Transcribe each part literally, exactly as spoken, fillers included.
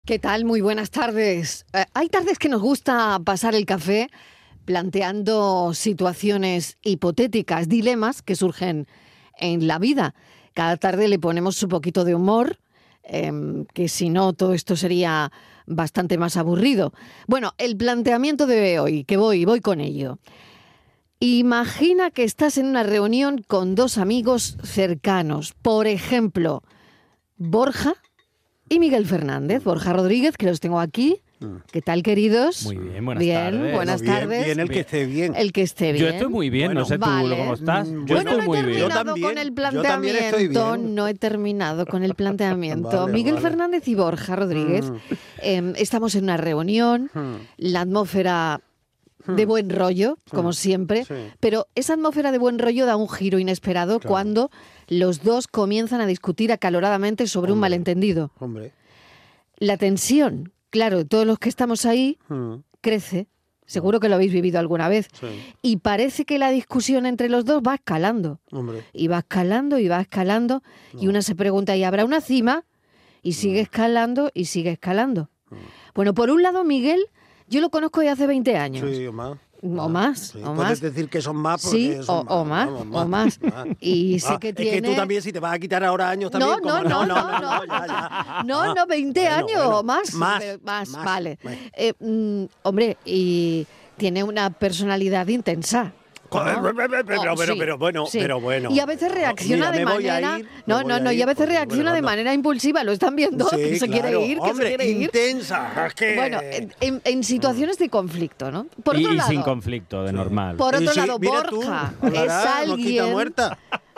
¿Qué tal? Muy buenas tardes. Eh, hay tardes que nos gusta pasar el café planteando situaciones hipotéticas, dilemas que surgen en la vida. Cada tarde le ponemos su poquito de humor, eh, que si no todo esto sería bastante más aburrido. Bueno, el planteamiento de hoy, que voy, voy con ello. Imagina que estás en una reunión con dos amigos cercanos, por ejemplo, Borja y Miguel Fernández. Borja Rodríguez, que los tengo aquí. ¿Qué tal, queridos? Muy bien, buenas bien, tardes. Buenas bien, tardes. Bien, el que esté bien. El que esté bien. Yo estoy muy bien, Bueno, no sé tú vale. cómo estás. Mm, Yo Bueno, estoy no he muy bien. Yo terminado también, con el yo también estoy planteamiento. bien. No he terminado con el planteamiento. Vale, Miguel vale. Fernández y Borja Rodríguez. Mm. eh, estamos en una reunión, Hmm. la atmósfera de buen rollo, como siempre, Sí. pero esa atmósfera de buen rollo da un giro inesperado Claro. cuando los dos comienzan a discutir acaloradamente sobre un Hombre. malentendido. Hombre. La tensión, claro, de todos los que estamos ahí, Hmm. crece. Seguro que lo habéis vivido alguna vez. Sí. Y parece que la discusión entre los dos va escalando. Hombre. Y va escalando y va escalando. Y una se pregunta, ¿y habrá una cima? Y sigue escalando y sigue escalando. Bueno, por un lado, Miguel, yo lo conozco de hace veinte años. Sí, o más. O más, Sí, o puedes más. decir que son más porque Sí, son o, o más, vamos, o más. Y sé Ah, que es tiene... que tú también, si te vas a quitar ahora años también. No, no, como- no, no, no, ya, ya. no, no, veinte Bueno, años bueno. o más. Más, Pero más, más. vale. Bueno. Eh, mm, hombre, y tiene una personalidad intensa. Joder, ¿no? pero, pero, Oh, pero, sí, pero bueno, sí. pero bueno. Y a veces reacciona Mira, de me voy a manera... ir, me no, voy no, a no, y ir a veces porque, reacciona bueno, de anda. manera impulsiva. Lo están viendo, Sí, que se claro. quiere ir, que Hombre, se quiere ir. intensa. Es que... Bueno, en, en situaciones de conflicto, ¿no? Por Y, otro y lado, sin conflicto, de normal. por Y otro sí, lado, mira tú, Borja hablará, es mosquita alguien... muerta.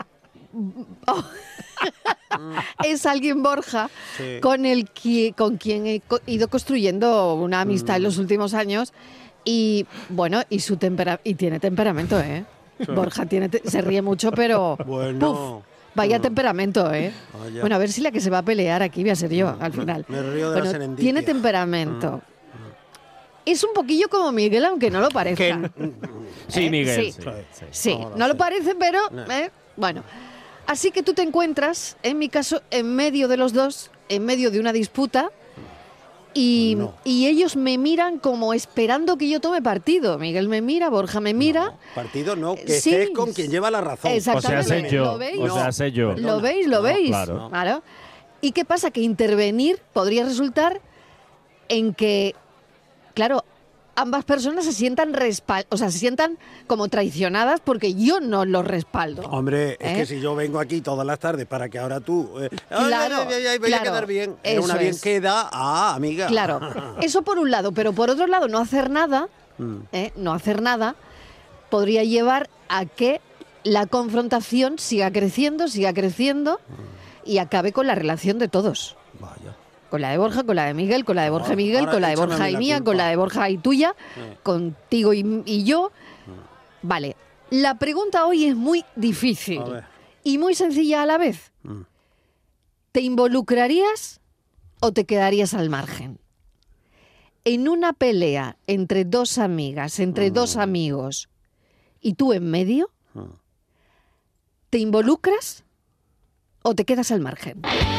Es alguien, Borja, Sí. con el que, con quien he co- ido construyendo una amistad Mm. en los últimos años y bueno, y su tempera y tiene temperamento, ¿eh? Borja tiene te- se ríe mucho, pero Bueno. puf, vaya Mm. temperamento, ¿eh? Vaya. Bueno, a ver si la que se va a pelear aquí voy a ser yo al final. me río de la Bueno, serendipia. tiene temperamento. Es un poquillo como Miguel, aunque no lo parezca. Que- Sí, ¿Eh? Sí. Sí. sí, sí. Sí, Ahora no lo sí. parece, pero No. eh, bueno. Así que tú te encuentras, en mi caso, en medio de los dos, en medio de una disputa, y, No. y ellos me miran como esperando que yo tome partido. Miguel me mira, Borja me mira. No, partido no, que Sí. estés con quien lleva la razón. O sea, Exactamente. sé yo. ¿Lo veis? O sea, sé yo. ¿Lo veis? ¿Lo No, veis? claro. Claro. ¿Y qué pasa? Que intervenir podría resultar en que, claro, ambas personas se sientan respal o sea, se sientan como traicionadas porque yo no los respaldo. Hombre, es ¿Eh? que si yo vengo aquí todas las tardes para que ahora tú... eh, ay, Claro, ay, ay, ay, voy claro, a quedar bien. Es eso una bien es. queda. Ah, amiga. Claro, eso por un lado, pero por otro lado, no hacer nada, Mm. ¿eh? no hacer nada, podría llevar a que la confrontación siga creciendo, siga creciendo y acabe con la relación de todos. Vaya. Con la de Borja, con la de Miguel, con la de Borja y Miguel, Ahora con la de échame a Borja mí y la mía, culpa. con la de Borja y tuya, Eh. contigo y, y yo. Vale, la pregunta hoy es muy difícil A ver. y muy sencilla a la vez. Mm. ¿Te involucrarías o te quedarías al margen? En una pelea entre dos amigas, entre dos amigos, y tú en medio, Mm. ¿te involucras o te quedas al margen?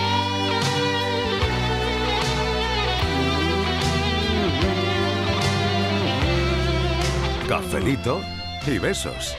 Cafelito y besos.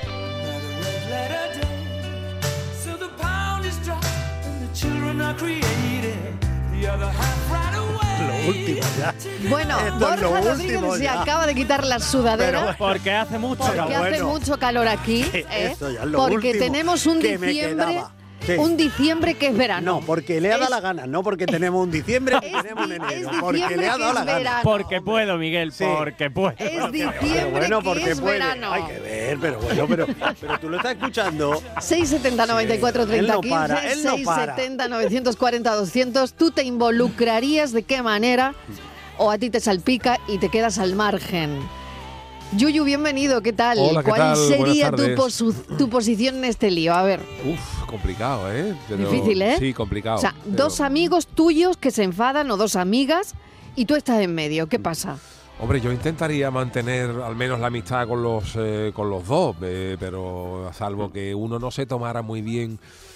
Lo último ya. Bueno, Esto es Borja lo Rodríguez último se ya. acaba de quitar la sudadera. Porque hace mucho Porque Pero hace bueno. mucho calor aquí, ¿eh? Esto ya es lo porque último tenemos un que me diciembre, quedaba. Sí. un diciembre que es verano. No, porque le ha dado Es- la gana, no porque tenemos un diciembre y Es tenemos un di- enero. es Porque diciembre le ha que dado es la gana. verano. Porque puedo, Miguel, Sí. porque puedo. Es Pero diciembre bueno, que porque es puede. verano. Hay que ver, pero bueno, pero, pero tú lo estás escuchando. seis setenta noventa y cuatro Sí, él treinta no para, quince, él no seis para. setenta novecientos cuarenta doscientos. ¿Tú te involucrarías de qué manera o a ti te salpica y te quedas al margen? Yuyu, bienvenido, ¿qué tal? Hola, ¿qué ¿Cuál tal? sería Buenas tu, tardes. posu- tu posición en este lío? A ver, Uf, complicado, ¿eh? Pero- difícil, ¿eh? Sí, complicado. O sea, pero- dos amigos tuyos que se enfadan o dos amigas y tú estás en medio. ¿Qué pasa? Hombre, yo intentaría mantener al menos la amistad con los eh, con los dos, eh, pero a salvo que uno no se tomara muy bien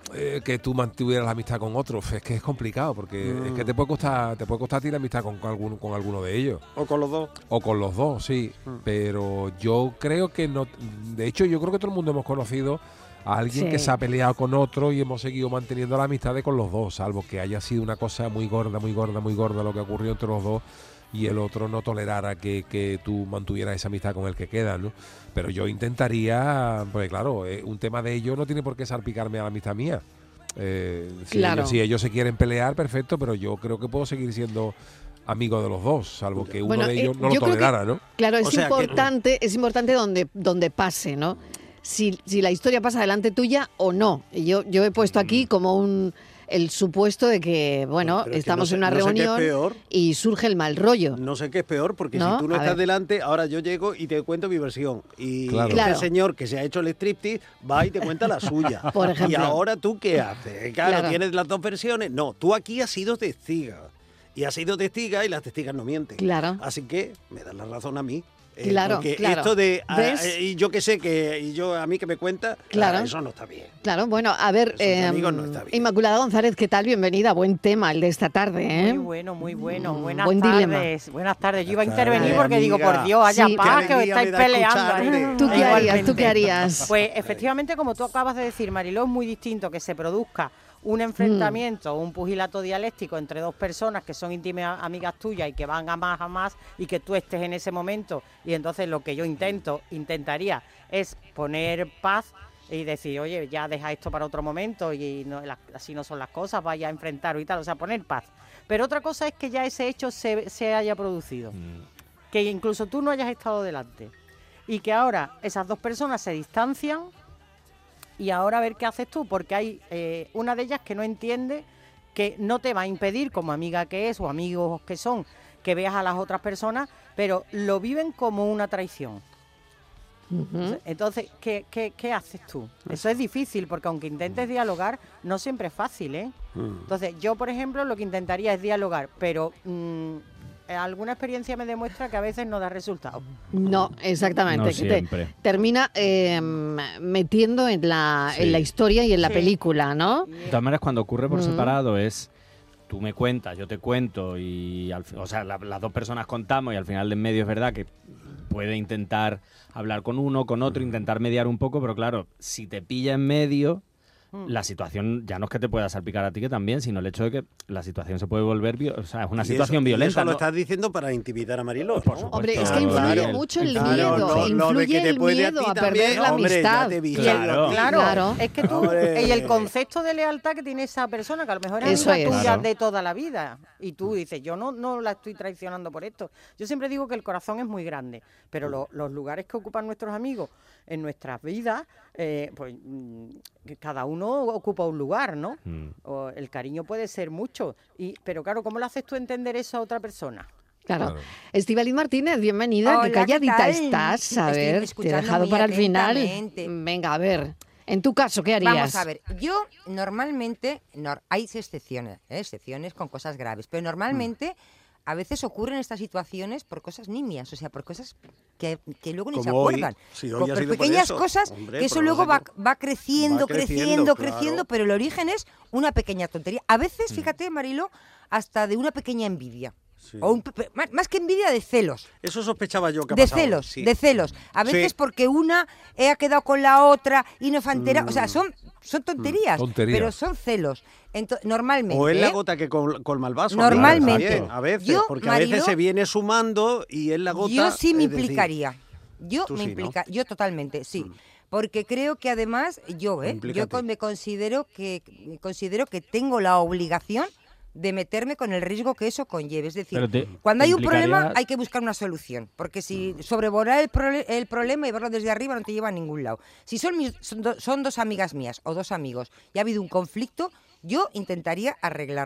eh, que tú mantuvieras la amistad con otro. Es que es complicado, porque Mm. es que te puede costar, te puede costar a ti la amistad con, con alguno, con alguno de ellos. O con los dos. O con los dos, sí. Mm. Pero yo creo que no. De hecho, yo creo que todo el mundo hemos conocido a alguien Sí. que se ha peleado con otro y hemos seguido manteniendo la amistad de con los dos, salvo que haya sido una cosa muy gorda, muy gorda, muy gorda lo que ocurrió entre los dos y el otro no tolerara que, que tú mantuvieras esa amistad con el que queda, ¿no? Pero yo intentaría, porque claro, eh, un tema de ellos no tiene por qué salpicarme a la amistad mía. Eh, si, Claro. ellos, si ellos se quieren pelear, perfecto, pero yo creo que puedo seguir siendo amigo de los dos, salvo que uno Bueno, de ellos eh, no lo yo creo que- tolerara, ¿no? Claro, es O sea que- importante, es importante donde, donde pase, ¿no? Si, si la historia pasa delante tuya o no. Y Yo, yo he puesto aquí como un el supuesto de que, bueno, Pero es que estamos no sé- en una no sé qué es reunión peor. y surge el mal rollo. No sé qué es peor, porque ¿No? si tú no A estás ver. delante, ahora yo llego y te cuento mi versión. Y Claro. este Claro. señor que se ha hecho el striptease va y te cuenta la suya. Por ejemplo. Y ahora tú qué haces. Claro, Claro. tienes las dos versiones. No, tú aquí has sido testiga. Y has sido testiga y las testigas no mienten. Claro. Así que me das la razón a mí. Eh, Claro, porque claro. esto de ah, ¿Ves? eh, y yo que sé que y yo a mí que me cuenta, Claro. ah, eso no está bien. Claro, bueno, a ver, Eso de eh, amigos no está bien. Inmaculada González, ¿qué tal? Bienvenida, buen tema el de esta tarde, ¿eh? Muy bueno, muy bueno. Buenas Buen dilema. tardes. Buenas tardes. Yo iba a Buenas tardes, intervenir porque digo, amiga. por Dios, haya Sí. paz, Qué que os alegría estáis me da peleando. escucharte. ahí. ¿Tú qué harías? Igualmente. ¿Tú qué harías? Pues efectivamente, como tú acabas de decir, Mariló, es muy distinto que se produzca un enfrentamiento o un pugilato dialéctico entre dos personas que son íntimas amigas tuyas y que van a más a más y que tú estés en ese momento. Y entonces lo que yo intento, intentaría es poner paz y decir, oye, ya deja esto para otro momento y no, la- así no son las cosas, vaya a enfrentar y tal, o sea, poner paz. Pero otra cosa es que ya ese hecho se, se haya producido, que incluso tú no hayas estado delante y que ahora esas dos personas se distancian y ahora a ver qué haces tú, porque hay eh, una de ellas que no entiende que no te va a impedir, como amiga que es o amigos que son, que veas a las otras personas, pero lo viven como una traición. Ujú. Entonces, ¿qué, qué, qué haces tú? Eso es difícil, porque aunque intentes dialogar, no siempre es fácil, ¿eh? Mm. Entonces, yo, por ejemplo, lo que intentaría es dialogar, pero mm, alguna experiencia me demuestra que a veces no da resultado. No, exactamente. No que te siempre. termina eh, metiendo en la, Sí. en la historia y en la Sí. película, ¿no? De todas maneras, cuando ocurre por Mm. separado es tú me cuentas, yo te cuento y al fi- o sea, la- las dos personas contamos y al final de en medio es verdad que puede intentar hablar con uno, con otro, intentar mediar un poco, pero claro, si te pilla en medio, la situación ya no es que te pueda salpicar a ti que también, sino el hecho de que la situación se puede volver, vi- o sea, es una Y situación eso, y violenta. eso lo ¿no? estás diciendo para intimidar a Mariló, Por ¿no? supuesto. Hombre, es que Claro, influye claro. mucho el Claro, miedo, lo- lo de influye que te el puede a miedo ti a, también, perder la hombre, amistad. ya te vi. Y el- Claro. claro, Claro. es que tú, Hombre. y el concepto de lealtad que tiene esa persona, que a lo mejor es Eso amiga es. tuya Claro. de toda la vida, y tú dices, yo no, no la estoy traicionando por esto. Yo siempre digo que el corazón es muy grande, pero lo- los lugares que ocupan nuestros amigos en nuestras vidas, eh, pues mm, que cada uno ocupa un lugar, ¿no? Mm. O el cariño puede ser mucho, y pero claro, ¿cómo le haces tú entender eso a otra persona? Claro. Claro. Estivaliz Martínez, bienvenida. Hola, Qué ¿qué calladita tal? estás. A Estoy ver, te he escuchando dejado muy para el final. atentamente. Venga, a ver. En tu caso, ¿qué harías? Vamos a ver, yo normalmente, nor- hay excepciones, ¿eh? excepciones con cosas graves, pero normalmente a veces ocurren estas situaciones por cosas nimias, o sea, por cosas que, que luego ni se Como hoy. acuerdan. Sí, hoy Por- ha por sido por pequeñas eso. cosas Hombre, que eso pero luego no va, sé qué- va creciendo, va creciendo, creciendo, claro. creciendo, pero el origen es una pequeña tontería. A Mm. veces, fíjate, Marilo, hasta de una pequeña envidia. Sí. O un pe- pe- más, más que envidia, de celos. Eso sospechaba yo que ha De pasado, celos, sí. de celos. A veces Sí. porque una eh, ha quedado con la otra y no se ha enterado. O sea, Mm. son, son tonterías, Tonterías. pero son celos. Ento- normalmente. O es la ¿eh? gota que col- colma el vaso. Normalmente. También, a veces, Yo, porque a Mariló, veces se viene sumando y es la gota. Yo sí me es decir, implicaría. Yo Tú me sí, ¿no? implica, yo totalmente, sí. Mm. Porque creo que además yo, ¿eh? yo Implícate. con- me considero que me considero que tengo la obligación de meterme con el riesgo que eso conlleve. Es decir, Pero te- cuando te hay un problema implicaría- hay que buscar una solución. Porque si sobrevolar el, prole- el problema y verlo desde arriba no te lleva a ningún lado. Si son, mis- son, do- son dos amigas mías o dos amigos y ha habido un conflicto, yo intentaría arreglarlo.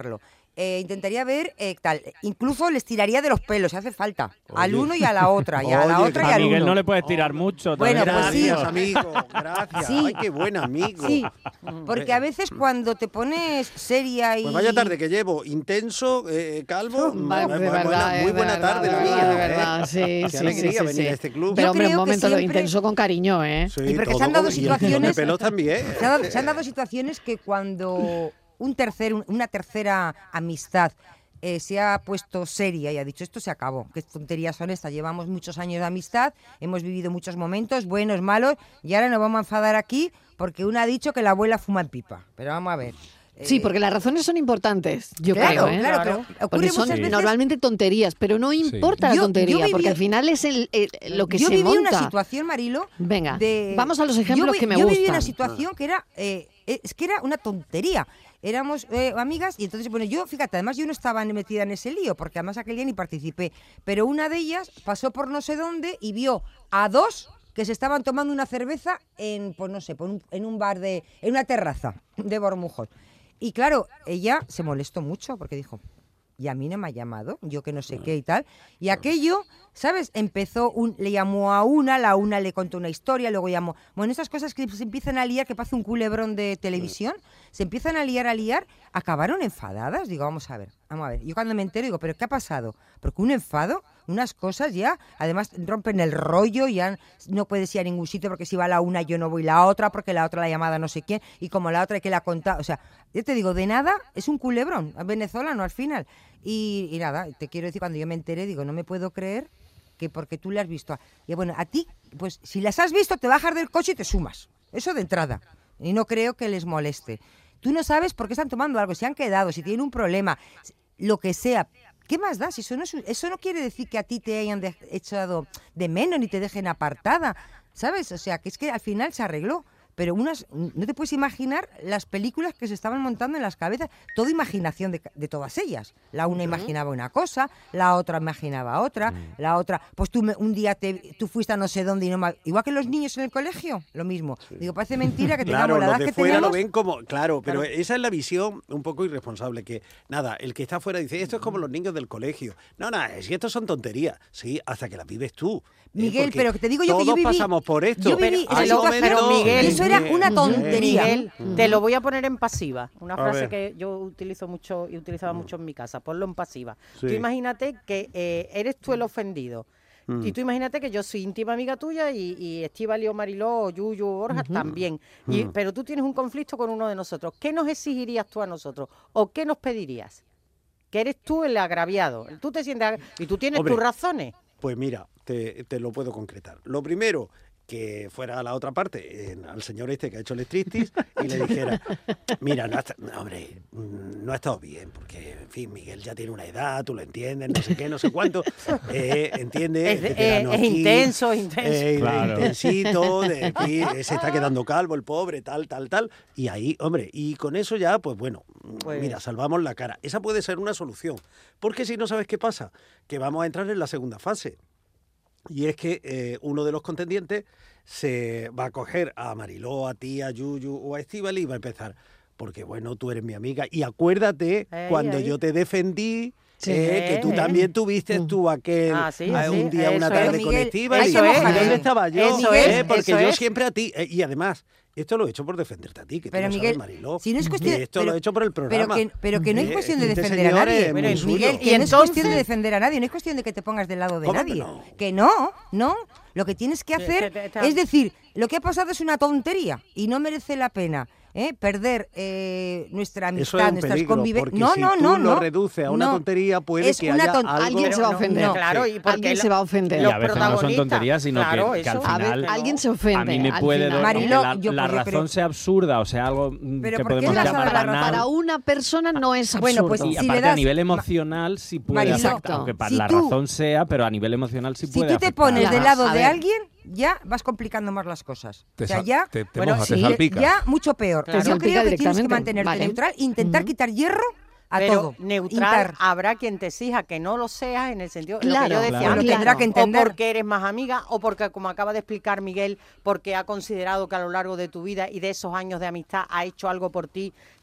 eh, intentaría ver eh, tal. Incluso les tiraría de los pelos, si hace falta. Al uno y a la otra, y a la Oye, otra y A al Miguel uno. no le puedes tirar mucho. Bueno, también. pues sí. Gracias, amigo. Gracias. Sí. Ay, qué buen amigo. Sí, porque a veces cuando te pones seria y... Pues vaya tarde que llevo, intenso, eh, calvo. Va- bu- de bu- verdad, buena- eh, muy de buena verdad, tarde de la verdad, mía. de ¿eh? verdad, sí, Qué sí, alegría sí, sí, venir sí. a este club. Pero Yo hombre, un creo que momento, lo siempre- intenso con cariño, ¿eh? Sí, Y porque se todo han dado con- y- y situaciones- de pelos también. Se, ha dado- se han dado situaciones que cuando un tercer, un- una tercera amistad eh, se ha puesto seria y ha dicho esto se acabó, qué tonterías son estas, llevamos muchos años de amistad, hemos vivido muchos momentos, buenos, malos, y ahora nos vamos a enfadar aquí porque una ha dicho que la abuela fuma en pipa. Pero vamos a ver. Sí, eh, porque las razones son importantes, yo claro, creo, ¿eh? claro, Claro. pero ocurre Porque son muchas veces. normalmente tonterías, pero no importa Yo- la yo tontería, viví- porque al final es el, el- lo que yo se viví monta. una situación, Marilo. Venga, de- vamos a los yo ejemplos vi- que me yo gustan. viví una situación que era, eh, es que era una tontería. Éramos eh, amigas y entonces, bueno, yo, fíjate, además yo no estaba metida en ese lío, porque además aquel día ni participé, pero una de ellas pasó por no sé dónde y vio a dos que se estaban tomando una cerveza en, pues no sé, por un- en un bar de, en una terraza de Bormujos. Y claro, ella se molestó mucho porque dijo, y a mí no me ha llamado, yo que no sé qué y tal. Y aquello, ¿sabes? Empezó, un, le llamó a una, la una le contó una historia, luego llamó... Bueno, esas cosas que se empiezan a liar, que pasa un culebrón de televisión, se empiezan a liar, a liar, acabaron enfadadas. Digo, vamos a ver, vamos a ver. Yo cuando me entero digo, ¿pero qué ha pasado? Porque un enfado, unas cosas ya, además rompen el rollo, ya no puedes ir a ningún sitio porque si va la una yo no voy la otra, porque la otra la llamada no sé quién, y como la otra hay que la ha contado. O sea, yo te digo, de nada, es un culebrón, venezolano al final. Y, y nada, te quiero decir, cuando yo me enteré, digo, no me puedo creer que porque tú le has visto. A... Y bueno, a ti, pues si las has visto, te bajas del coche y te sumas. Eso de entrada. Y no creo que les moleste. Tú no sabes por qué están tomando algo, si han quedado, si tienen un problema, lo que sea. ¿Qué más da? Si eso no, es, eso no quiere decir que a ti te hayan de, echado de menos ni te dejen apartada, ¿sabes? O sea, que es que al final se arregló. Pero unas, no te puedes imaginar las películas que se estaban montando en las cabezas, toda imaginación de, de todas ellas. La una imaginaba una cosa, la otra imaginaba otra, la otra, pues tú me, un día te, tú fuiste a no sé dónde y no me, igual que los niños en el colegio, lo mismo. Digo, parece mentira que tengamos Claro, la los edad de que fuera tenemos. lo ven como... Claro, pero Claro. esa es la visión un poco irresponsable, que nada, el que está afuera dice, esto es como los niños del colegio. No, no, si esto son tonterías. Sí, hasta que las vives tú. ¿eh? Miguel, Porque pero que te digo yo que yo todos viví- pasamos por esto. yo viví Hay esa situación, momentos pero Miguel, eso era que- una Sí. tontería. Miguel, te lo voy a poner en pasiva. Una A frase ver. que yo utilizo mucho y utilizaba mucho en mi casa. Ponlo en pasiva. Sí. Tú imagínate que eh, eres tú el ofendido. Mm. Y tú imagínate que yo soy íntima amiga tuya y, y Estíbaliz o Mariló o Yuyu o Borja también. Y, Mm. pero tú tienes un conflicto con uno de nosotros. ¿Qué nos exigirías tú a nosotros? ¿O qué nos pedirías? Que eres tú el agraviado. Tú te sientes agra- y tú tienes Hombre. tus razones. Pues mira, te, te lo puedo concretar. Lo primero, que fuera a la otra parte, eh, al señor este que ha hecho el striptease, y le dijera, mira, no ha, esta- no, hombre, mm, no ha estado bien, porque, en fin, Miguel ya tiene una edad, tú lo entiendes, no sé qué, no sé cuánto, eh, entiendes, Es de- veterano es- es aquí, intenso, intenso. eh, Claro. intensito, de, en fin, eh, se está quedando calvo el pobre, tal, tal, tal, y ahí, hombre, y con eso ya, pues bueno, Pues- mira, salvamos la cara. Esa puede ser una solución, porque si no sabes qué pasa, que vamos a entrar en la segunda fase. Y es que eh, uno de los contendientes se va a coger a Mariló, a ti, a Yuyu o a Estíbaliz y va a empezar, porque bueno, tú eres mi amiga. Y acuérdate, Ahí, cuando ahí. yo te defendí, Sí. eh, que tú Sí. también tuviste tú aquel Ah, sí, eh, sí, un día, una eso tarde es. con Miguel, Estíbaliz. eso es, ¿Y dónde Miguel. estaba yo? Eso Eh, es, porque eso yo es. siempre a ti, eh, y además, esto lo he hecho por defenderte a ti, que tú Pero lo Miguel, sabes, Mariló. si no es cuestión Y esto pero- lo he hecho por el programa. Pero que, pero que no es Eh, cuestión de este defender a señor nadie. es muy Miguel, suyo. Miguel, ¿Y que no es entonces? cuestión de defender a nadie, no es cuestión de que te pongas del lado de ¿Cómo que nadie. no? Que no, no. Lo que tienes que Sí, hacer que te- te- es decir, lo que ha pasado es una tontería y no merece la pena. ¿eh? Perder eh, nuestra Eso amistad, es un nuestras peligro, convivencias. porque No, si no, tú no, lo no. reduces a una No. tontería, puede Es que una haya ton- algo... Alguien se va a ofender. no. Claro, y porque Alguien lo- se va a ofender. Y los a veces no son protagonistas, tonterías, sino claro, que, que al eso. A final... ver, alguien se ofende. A mí me al puede final. doler, Mariló, aunque la, yo- la pues yo razón creo- sea absurda, o sea, algo mm, Pero que ¿por qué podemos le has llamar dado la razón? banal. Para una persona no es absurdo. Bueno, pues Y si aparte le das- a nivel emocional sí puede Mariló, afectar, aunque para si la tú- razón sea, pero a nivel emocional sí Si puede tú te afectar. pones Claro, del lado a de ver. alguien, ya vas complicando más las cosas. Te o sea, sal- ya, te- te bueno, moja, te sí, salpica. ya mucho peor. Claro. Yo Salpica creo que tienes que directamente. mantenerte Vale. neutral, intentar Ujú. quitar hierro a pero todo. neutral, Intar. habrá quien te exija que no lo seas en el sentido lo Claro, que yo decía claro. antes, Lo tendrá que entender. o porque eres más amiga o porque, como acaba de explicar Miguel, porque ha considerado que a lo largo de tu vida y de esos años de amistad ha hecho algo por ti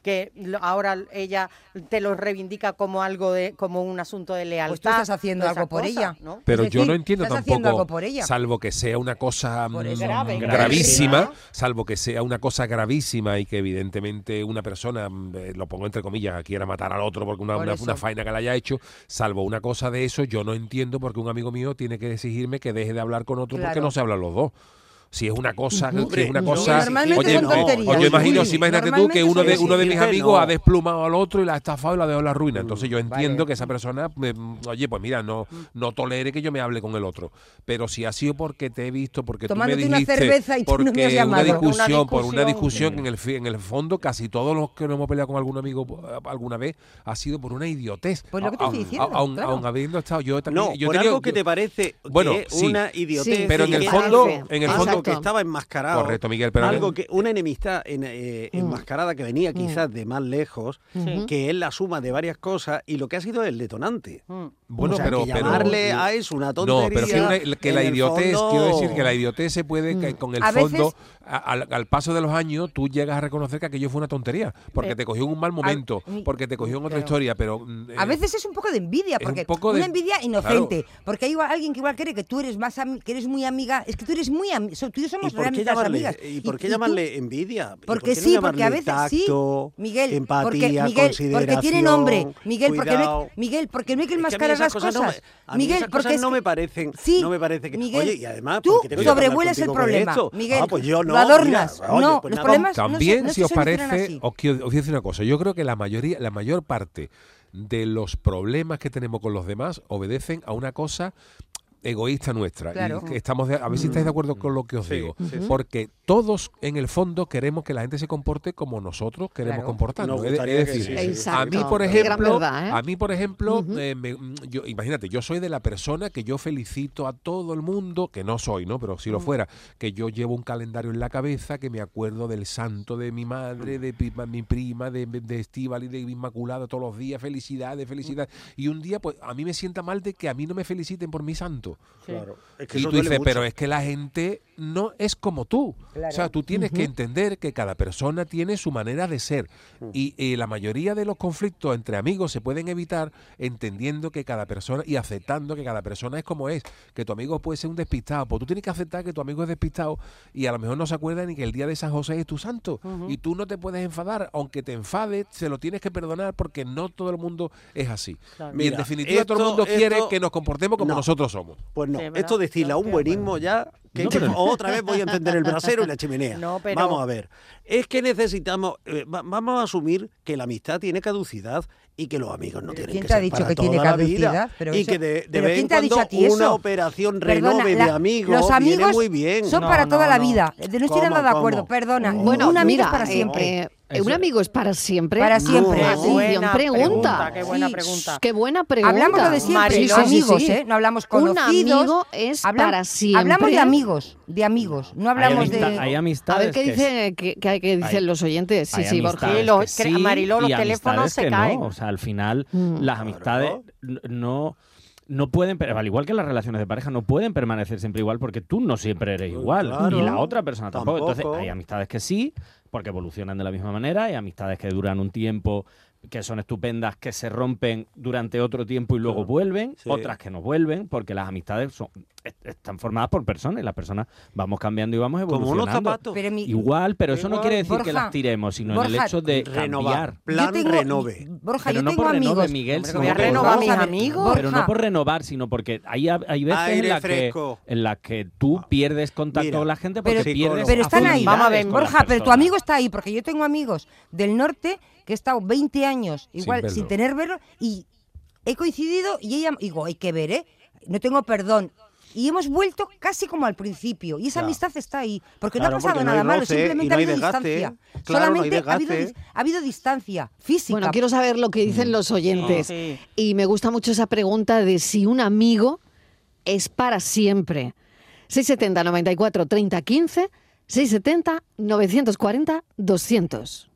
que lo- ahora ella te lo reivindica como algo de, como un asunto de lealtad. Pues tú estás haciendo toda esa algo por cosa, ella. ¿no? Pero Es yo decir, no entiendo estás haciendo algo tampoco, por ella. salvo que sea una cosa Por mm, eso. Grave, gravísima, gravísima. salvo que sea una cosa gravísima y que evidentemente una persona, mm, eh, lo pongo entre comillas, quiera matar al otro porque una, Por una, eso. una faena que le haya hecho, salvo una cosa de eso, yo no entiendo por qué un amigo mío tiene que exigirme que deje de hablar con otro porque Claro. no se hablan los dos. Si es una cosa, si es una no, cosa, normalmente oye, son o- tonterías. o yo imagino, Uy, si imagínate tú normalmente que uno son de uno de mis exigirte, amigos no. ha desplumado al otro y la ha estafado y la ha dejado en la ruina. Entonces yo entiendo Vale. que esa persona, me- oye, pues mira, no no tolere que yo me hable con el otro. Pero si ha sido porque te he visto, porque tú me Tomándote una dijiste, cerveza y tú no me porque has una llamado. discusión, Una por una discusión. discusión en el fi- en el fondo casi todos los que nos hemos peleado con algún amigo eh, alguna vez ha sido por una idiotez. Pues lo que te A- estoy a- diciendo, aun, claro. aun habiendo estado yo también, No, yo por he tenido- algo que yo- te parece Bueno, que es sí. una idiotez. Sí, pero en y el que fondo, parece. en el algo fondo que estaba enmascarado. Correcto, Miguel, pero algo que una enemistad en- eh, Mm. enmascarada que venía quizás de más lejos, Sí. que es la suma de varias cosas y lo que ha sido el detonante. Mm. bueno, O sea, pero, que pero llamarle a eso una tontería. no, pero que, una- que en la el idiotez, fondo- quiero decir que la idiotez se puede, que con el A veces- fondo, a- al, al paso de los años, tú llegas a reconocer que aquello fue una tontería, porque Eh, te cogió en un mal momento, mi- porque te cogió en otra claro. historia, pero... mm, A eh, veces es un poco de envidia, es porque un poco de- una envidia inocente, porque hay igual- alguien que igual cree que tú eres más ami- que eres muy amiga, es que tú eres muy amiga, tú y yo ¿Y somos por qué realmente llamarle, amigas. ¿y por qué tú- llamarle envidia? ¿Y por Porque qué no sí, porque a llamarle veces sí, tacto, Miguel, empatía, porque, Miguel, porque tiene nombre, Miguel, porque no hay, cuidado? Miguel, porque no hay que Es que a mí enmascarar esas las cosas cosas. no me- a mí Miguel, esas porque cosas es no que- me parecen, sí, no me parece que, Miguel, oye, y además, tú ¿por qué tengo yo que hablar sobrevuelas el contigo con problema, esto? Miguel, Ah, pues yo no, lo adornas, mira, oye, no, pues los nada. problemas no se- También, no si se os solucionan parece, así. os quiero, os quiero decir una cosa. Yo creo que la mayoría, la mayor parte de los problemas que tenemos con los demás obedecen a una cosa egoísta nuestra. Claro. Y que estamos de- a ver si estáis de acuerdo con lo que os Sí, digo. sí, sí. Porque todos, en el fondo, queremos que la gente se comporte como nosotros queremos Claro. comportarnos. Nos Es, gustaría es que decir, sí, sí, sí. Exacto. a mí, por Qué gran ejemplo, verdad, ¿eh? a mí, por ejemplo, Ujú. eh, me- yo, imagínate, yo soy de la persona que yo felicito a todo el mundo, que no soy, ¿no? Pero si lo fuera, que yo llevo un calendario en la cabeza, que me acuerdo del santo de mi madre, de pi- mi prima, de, de Estíbaliz, de Inmaculada, todos los días, felicidades, felicidades. Y un día, pues, a mí me sienta mal de que a mí no me feliciten por mi santo. Claro. Es que Y eso tú duele dices, mucho. pero es que la gente no es como tú. O sea, tú tienes que entender que cada persona tiene su manera de ser. Y eh, la mayoría de los conflictos entre amigos se pueden evitar entendiendo que cada persona y aceptando que cada persona es como es. Que tu amigo puede ser un despistado. Pues tú tienes que aceptar que tu amigo es despistado y a lo mejor no se acuerda ni que el día de San José es tu santo. Y tú no te puedes enfadar. Aunque te enfades, se lo tienes que perdonar porque no todo el mundo es así. Claro. Y en Mira, definitiva, todo el esto- mundo quiere esto- que nos comportemos como no. nosotros somos. Pues no, Sí, ¿verdad? esto destila No, un qué buenismo ya que, No, que pero- otra vez voy a encender el brasero y la chimenea. No, pero- Vamos a ver, es que necesitamos, eh, va- vamos a asumir que la amistad tiene caducidad y que los amigos no Pero tienen ¿quién que te ha ser dicho para que toda tiene la vida. caducidad? Pero y eso- que de, de ¿pero vez quién en te ha dicho cuando a ti eso? una operación Perdona, renove la- de amigos los amigos viene muy bien. son No, para toda no, la no. vida. No estoy ¿Cómo, nada de acuerdo, cómo? perdona. Bueno, un amigo mira, es para eh, siempre. eh, Eso- un amigo es para siempre. Para siempre. No, Qué atención, buena pregunta. pregunta, qué buena Sí. pregunta. Qué buena pregunta. Hablamos lo de siempre, Mariló. no Sí, sí, amigos, sí. ¿eh? No hablamos Un conocidos. amigo es Hablam- para siempre. Hablamos de amigos, de amigos. No hablamos hay, de... amista- hay A amistades ver qué que dice que, que, que dicen hay- los oyentes. Sí, hay sí, Borja. amistades Sí, los- que que- sí Mariló, los y teléfonos amistades se que caen. no. O sea, al final Mm. las amistades n- no no pueden, per- al igual que las relaciones de pareja, no pueden permanecer siempre igual porque tú no siempre eres igual Claro. y la otra persona tampoco. Tampoco. Entonces hay amistades que sí, porque evolucionan de la misma manera, hay amistades que duran un tiempo, que son estupendas, que se rompen durante otro tiempo y luego Claro. vuelven, Sí. otras que no vuelven, porque las amistades son, est- están formadas por personas y las personas vamos cambiando y vamos Como evolucionando. unos zapatos. Pero mi- Igual, pero eso no Igual. quiere decir que Borja, las tiremos, sino en el Borja, hecho de Renovar. cambiar. Plan yo tengo, renove. Borja, Pero yo no tengo por renove, amigos. Miguel, Hombre, sino voy a por- renovar a mis Borja, amigos. Borja, pero no por renovar, sino porque hay, hay veces Aire en las que, fresco. en las que tú pierdes contacto Mira, con la gente porque pero- pierdes pero están ahí. afinidades Vamos a ver, con Borja, las pero tu personas. amigo está ahí, porque yo tengo amigos del norte que he estado veinte años, igual, verlo. sin, tener verlo, y he coincidido y ella, digo, hay que ver, ¿eh? No tengo perdón. Y hemos vuelto casi como al principio. Y esa Ya. amistad está ahí. Porque Claro, no ha pasado porque no nada hay malo, roce y simplemente no ha hay habido desgaste. distancia. Claro, no hay Solamente ha, habido, desgaste. dis- ha habido distancia física. Bueno, quiero saber lo que dicen los oyentes. Sí. Y me gusta mucho esa pregunta de si un amigo es para siempre. seiscientos setenta, noventa y cuatro, treinta, quince, seiscientos setenta, novecientos cuarenta, doscientos.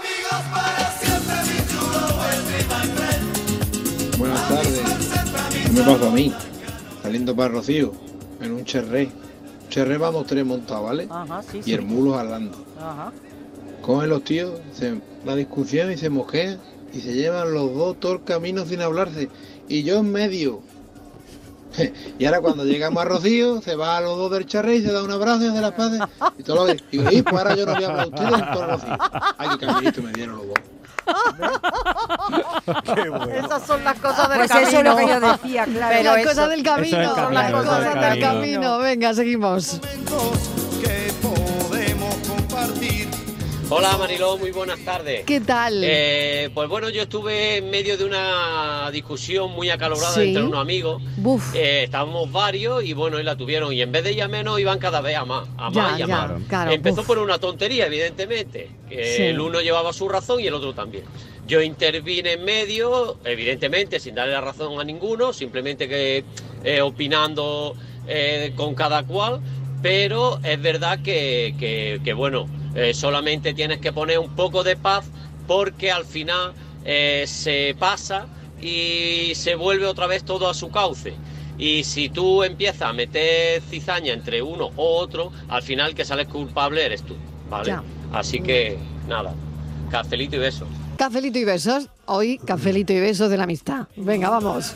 Buenas tardes. ¿Qué me pasó a mí? Saliendo para Rocío, en un cherré. Cherré vamos tres montados, ¿vale? Ajá, sí, Y sí. el mulo jalando. Ajá. cogen los tíos, se, la discusión y se mosquean y se llevan los dos todo el camino sin hablarse. Y yo en medio. Y ahora cuando llegamos a Rocío, se va a los dos del charré y se da un abrazo y hace las paces. Y todo lo que... Y digo, y pues ahora yo no voy a hablar a ustedes en todo Rocío. Ay, qué caminito me dieron los dos. Qué bueno. Esas son las cosas del Pues camino. eso es lo que yo decía, claro. Pero las eso- cosas del camino, eso es son las camino, cosas eso es del camino. camino. Venga, seguimos. que podemos compartir. Hola Mariló, muy buenas tardes. ¿Qué tal? Eh, pues bueno, yo estuve en medio de una discusión muy acalorada Sí. entre unos amigos. Buf. Eh, estábamos varios y bueno, y la tuvieron. Y en vez de ir a menos, iban cada vez a más, a Ya, más y a ya, más. claro, Empezó buf. por una tontería, evidentemente. Que Sí. el uno llevaba su razón y el otro también. Yo intervine en medio, evidentemente, sin darle la razón a ninguno, simplemente que eh, opinando eh, con cada cual. Pero es verdad que, que, que bueno, eh, solamente tienes que poner un poco de paz porque al final eh, se pasa y se vuelve otra vez todo a su cauce. Y si tú empiezas a meter cizaña entre uno u otro, al final el que sales culpable eres tú, ¿vale? Ya. Así que nada, cafelito y besos. Cafelito y besos. Hoy, cafelito y besos de la amistad. Venga, vamos.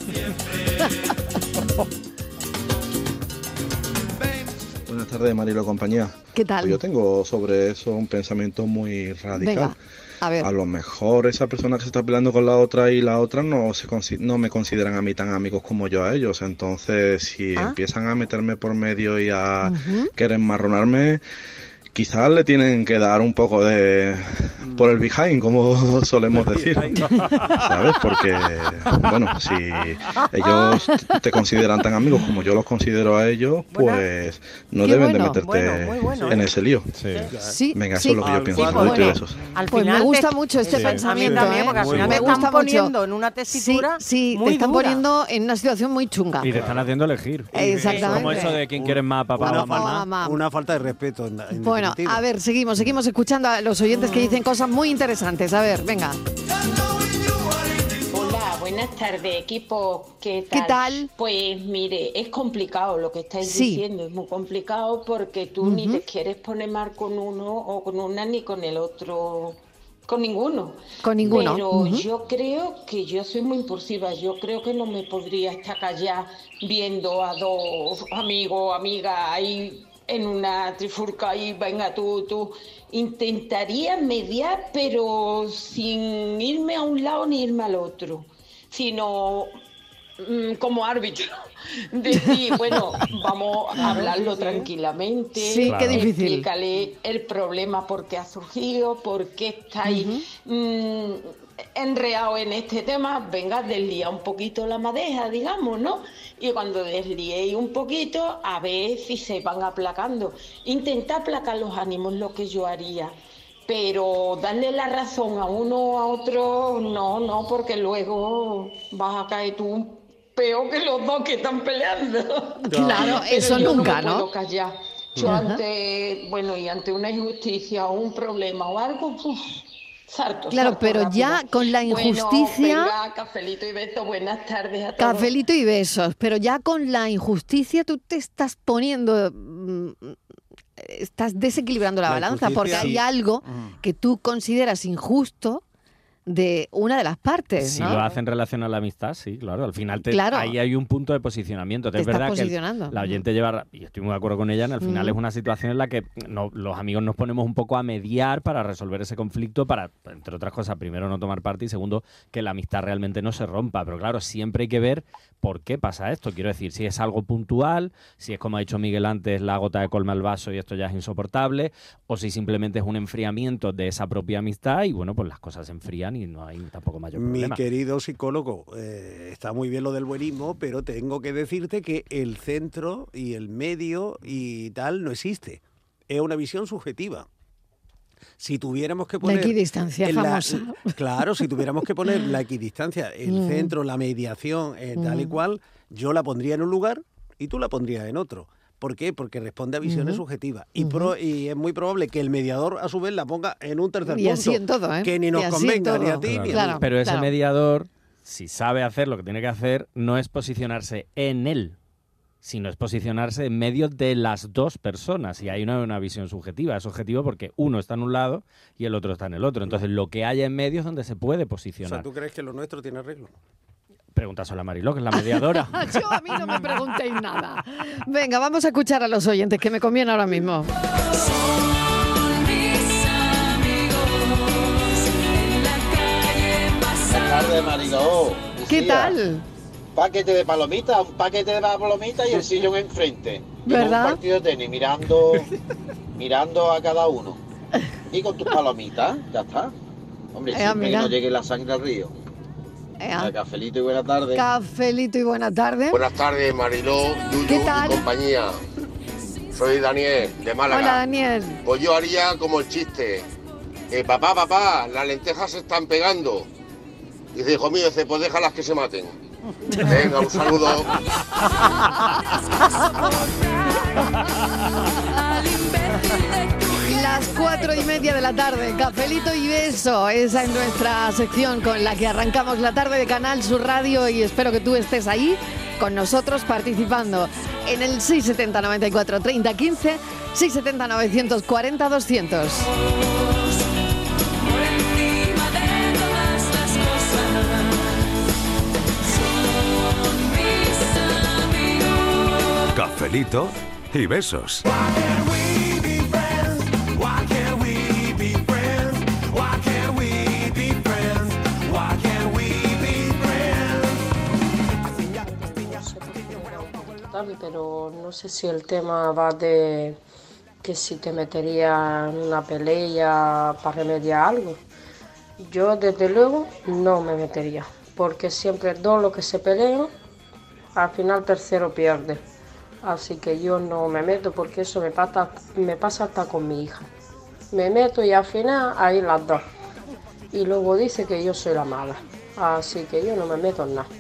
Buenas tardes, Marilo compañía. ¿Qué tal? Pues yo tengo sobre eso un pensamiento muy radical. Venga, a ver. A lo mejor esa persona que se está peleando con la otra y la otra no se consi- no me consideran a mí tan amigos como yo a ellos. Entonces, si Ah. empiezan a meterme por medio y a Ujú. querer marronarme, quizás le tienen que dar un poco de por el behind, como solemos decir, ¿sabes? Porque, bueno, si ellos te consideran tan amigos como yo los considero a ellos, pues no Qué deben bueno. de meterte Bueno, muy bueno, en ¿eh? ese lío. Sí, Venga, eso sí. es lo que yo Al pienso. cual, Saludos y bueno. besos. Al Pues me final gusta te- mucho este Sí, pensamiento, a mí también, ¿eh? porque al Muy final bueno. te Me gusta están mucho. poniendo en una Sí, tesitura sí, te muy están dura. poniendo en una situación muy chunga. Y te están haciendo elegir. Exactamente. Como eso de quién quieres más, papá Una o mamá. mamá. Una falta de respeto. En, en Bueno, definitiva. a ver, seguimos, seguimos escuchando a los oyentes que dicen cosas muy interesantes. A ver, venga. Hola, buenas tardes, equipo. ¿Qué tal? ¿Qué tal? Pues mire, es complicado lo que estáis Sí. diciendo, es muy complicado porque tú ni te quieres poner mal con uno o con una ni con el otro, con ninguno. Con ninguno. Pero Ujú. yo creo que yo soy muy impulsiva, yo creo que no me podría estar callada viendo a dos amigos o amigas ahí en una trifulca y venga tú, tú. Intentaría mediar, pero sin irme a un lado ni irme al otro, sino mm, como árbitro. Decir, bueno, vamos a hablarlo tranquilamente. Sí, qué Claro. difícil. Explícale el problema, por qué ha surgido, por qué estáis mm, enreados en este tema. Venga, deslía un poquito la madeja, digamos, ¿no? Y cuando desliéis un poquito, a ver si se van aplacando. Intenta aplacar los ánimos, lo que yo haría. Pero darle la razón a uno o a otro, no, no, porque luego vas a caer tú peor que los dos que están peleando. Claro, Pero eso yo nunca, no me ¿no? puedo callar. Yo Ajá. ante, bueno, y ante una injusticia o un problema o algo, uf, sarto, Claro, sarto pero rápido. ya con la injusticia- Bueno, venga, cafelito y beso, buenas tardes a todos. Cafelito y besos, pero ya con la injusticia tú te estás poniendo, mm, estás desequilibrando la, La balanza, porque injusticia, hay sí. algo Mm. que tú consideras injusto de una de las partes, Si ¿no? lo hace en relación a la amistad, sí, claro. Al final te- Claro. ahí hay un punto de posicionamiento. Te es estás verdad que el- posicionando. la oyente lleva, ra- y estoy muy de acuerdo con ella, al final Ujú. es una situación en la que no- los amigos nos ponemos un poco a mediar para resolver ese conflicto, para, entre otras cosas, primero no tomar parte y segundo, que la amistad realmente no se rompa. Pero claro, siempre hay que ver por qué pasa esto. Quiero decir, si es algo puntual, si es como ha dicho Miguel antes, la gota de colma al vaso y esto ya es insoportable, o si simplemente es un enfriamiento de esa propia amistad y bueno, pues las cosas se enfrían y no hay tampoco mayor Mi problema. querido psicólogo, eh, está muy bien lo del buenismo, pero tengo que decirte que el centro y el medio y tal no existe. Es una visión subjetiva. Si tuviéramos que La poner... equidistancia en la- famosa. claro, si tuviéramos que poner la equidistancia, el Mm. centro, la mediación, eh, tal y Mm. cual, yo la pondría en un lugar y tú la pondrías en otro. ¿Por qué? Porque responde a visiones Ujú. subjetivas. Y, pro- y es muy probable que el mediador, a su vez, la ponga en un tercer Y punto. así en todo, ¿eh? Que ni Y nos así en convenga, ni a todo. ti, ni a mí. Claro. Pero ese claro. mediador, si sabe hacer lo que tiene que hacer, no es posicionarse en él, sino es posicionarse en medio de las dos personas. Y ahí no hay una visión subjetiva, es objetivo porque uno está en un lado y el otro está en el otro. Entonces, lo que haya en medio es donde se puede O posicionar. sea, ¿tú crees que lo nuestro tiene arreglo? Pregúntaselo a Mariló, que es la mediadora. Yo a mí no me preguntéis nada. Venga, vamos a escuchar a los oyentes, que me conviene ahora mismo. Buenas tardes, Mariló. ¿Qué Lucía. tal? Paquete de palomitas, un paquete de palomitas y el sillón enfrente. Y con ¿Verdad? un partido de tenis mirando, mirando a cada uno. Y con tus palomitas, ya está. Hombre, Eh, siempre amiga. que no llegue la sangre al río. Ea. Cafelito y buena tarde. Cafelito y buena tarde. Buenas tardes, Mariló, Yuyu ¿Qué tal? y compañía. Soy Daniel, de Málaga. Hola, Daniel. Pues yo haría como el chiste. Eh, papá, papá, las lentejas se están pegando. Y dice, hijo mío, dice, pues déjalas que se maten. Venga, un saludo. Las cuatro y media de la tarde, cafelito y beso. Esa es nuestra sección con la que arrancamos la tarde de Canal Sur Radio y espero que tú estés ahí con nosotros participando en el seis setenta noventa y cuatro treinta quince, seis setenta novecientos cuarenta doscientos. Cafelito y besos. Pero no sé si el tema va de que si te metería en una pelea para remediar algo. Yo desde luego no me metería, porque siempre dos los que se pelean, al final tercero pierde. Así que yo no me meto porque eso me pasa, me pasa hasta con mi hija. Me meto y al final ahí las dos. Y luego dice que yo soy la mala. Así que yo no me meto en nada.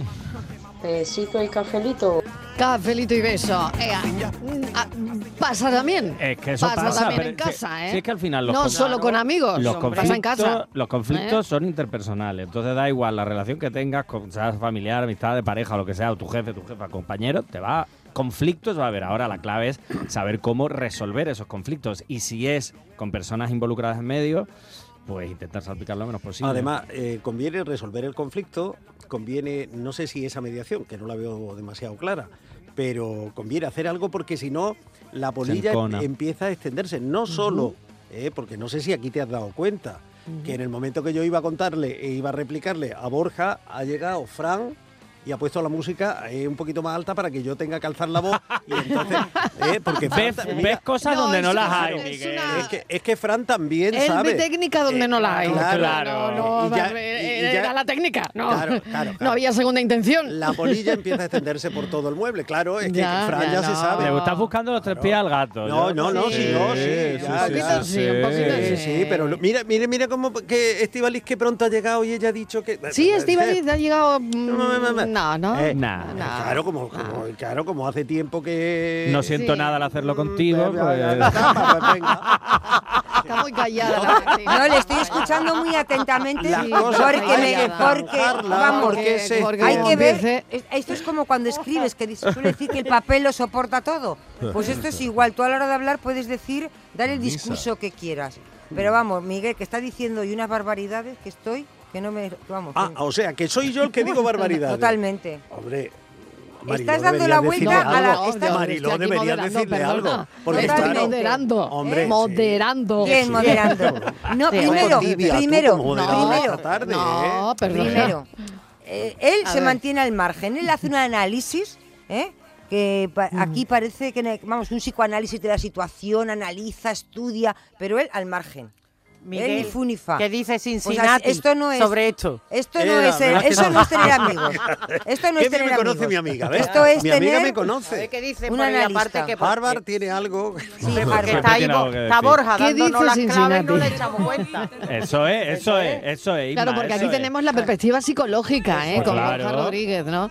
Besito y cafelito. Cafelito y beso. Ea, ah, pasa también. Es que eso pasa, pasa, también pero en es que- casa, ¿eh? si es que al final los no con- solo con amigos, Los pasa en casa. conflictos, los conflictos ¿Eh? son interpersonales, entonces da igual la relación que tengas, con, sea familiar, amistad, de pareja, lo que sea, o tu jefe, tu jefa, compañero, te va conflictos va a haber. Ahora la clave es saber cómo resolver esos conflictos y si es con personas involucradas en medio, pues intentar salpicar lo menos posible. Además, eh, conviene resolver el conflicto, conviene, no sé si esa mediación, que no la veo demasiado clara, pero conviene hacer algo porque si no, la polilla em- encona. empieza a extenderse. No solo, eh, porque no sé si aquí te has dado cuenta, que en el momento que yo iba a contarle e iba a replicarle a Borja, ha llegado Fran y ha puesto la música eh, un poquito más alta para que yo tenga que alzar la voz. Y entonces, eh, porque Fran ¿Ves, ta- ves mira, cosas No, donde es no las una- hay, es Miguel. una- es que, es que Fran también Él sabe. ve técnica donde Eh, no la hay. claro, No, no, Y ya- eh, y- y ya- era la técnica. No, Claro, claro, no claro. había segunda intención. La polilla empieza a extenderse por todo el mueble. Claro, es que Ya, Fran ya ya, se no. sabe. Me estás buscando los tres pies al gato. No, yo- no, no, sí, no, sí. Sí, ya, sí, ya. sí, sí, un poquito Sí, sí, pero lo- mira, mira, mira cómo que Estíbaliz que pronto ha llegado y ella ha dicho que. Sí, Estíbaliz ha llegado. mm, No, No, no. Eh, Nah. Claro, como, como, claro, como hace tiempo que. No siento Sí. nada al hacerlo contigo. Ya, ya, pues- ya, pues venga. Está muy callada la Beatriz. No, le estoy escuchando muy atentamente Las sí, cosas porque, hay me, que porque zanjarlas, vamos, porque se porque hay que ver, empiece- es- esto es como cuando escribes, que se suele decir que el papel lo soporta todo. Pues esto es igual, tú a la hora de hablar puedes decir, dar el discurso que quieras. Pero vamos, Miguel, que está diciendo y unas barbaridades que estoy, que no me, vamos. Ah, que- o sea, que soy yo el que digo barbaridades. Totalmente. Hombre. Estás dando la vuelta No, a la- no, estás- yo Mariló, estoy aquí deberías moderando, decirle perdona. algo. Porque Estoy Totalmente. moderando. Hombre, sí. moderando. Bien, Sí. moderando. No, Sí, primero, tibia, tú primero, como no, moderadora primero, esta tarde, No, ¿eh? perdona. primero. eh, él A se ver. mantiene al margen, él hace un análisis, ¿eh? que pa- aquí parece que, ne- vamos, un psicoanálisis de la situación, analiza, estudia, pero él al margen. Miguel, él ni fu ni fa. ¿qué dice O sea, Cincinnati esto no es, sobre esto? Esto no Era, es, el- ¿verdad? eso no es tener amigos. Esto no Qué es bien tener me conoce amigos. mi amiga, ¿ves? Esto es Mi amiga tener me A ver conoce. qué dice un por ahí, analista. aparte que Harvard tiene algo. Sí, Hombre, Harvard. porque está ahí Tiene algo Bo- que está decir. Borja ¿Qué dándonos dice las claves y no Cincinnati? le echamos cuenta. Eso es, eso es, eso es. Claro, Inma, porque eso aquí es. tenemos la perspectiva psicológica, ¿eh? Pues Con claro. Borja Rodríguez, ¿no?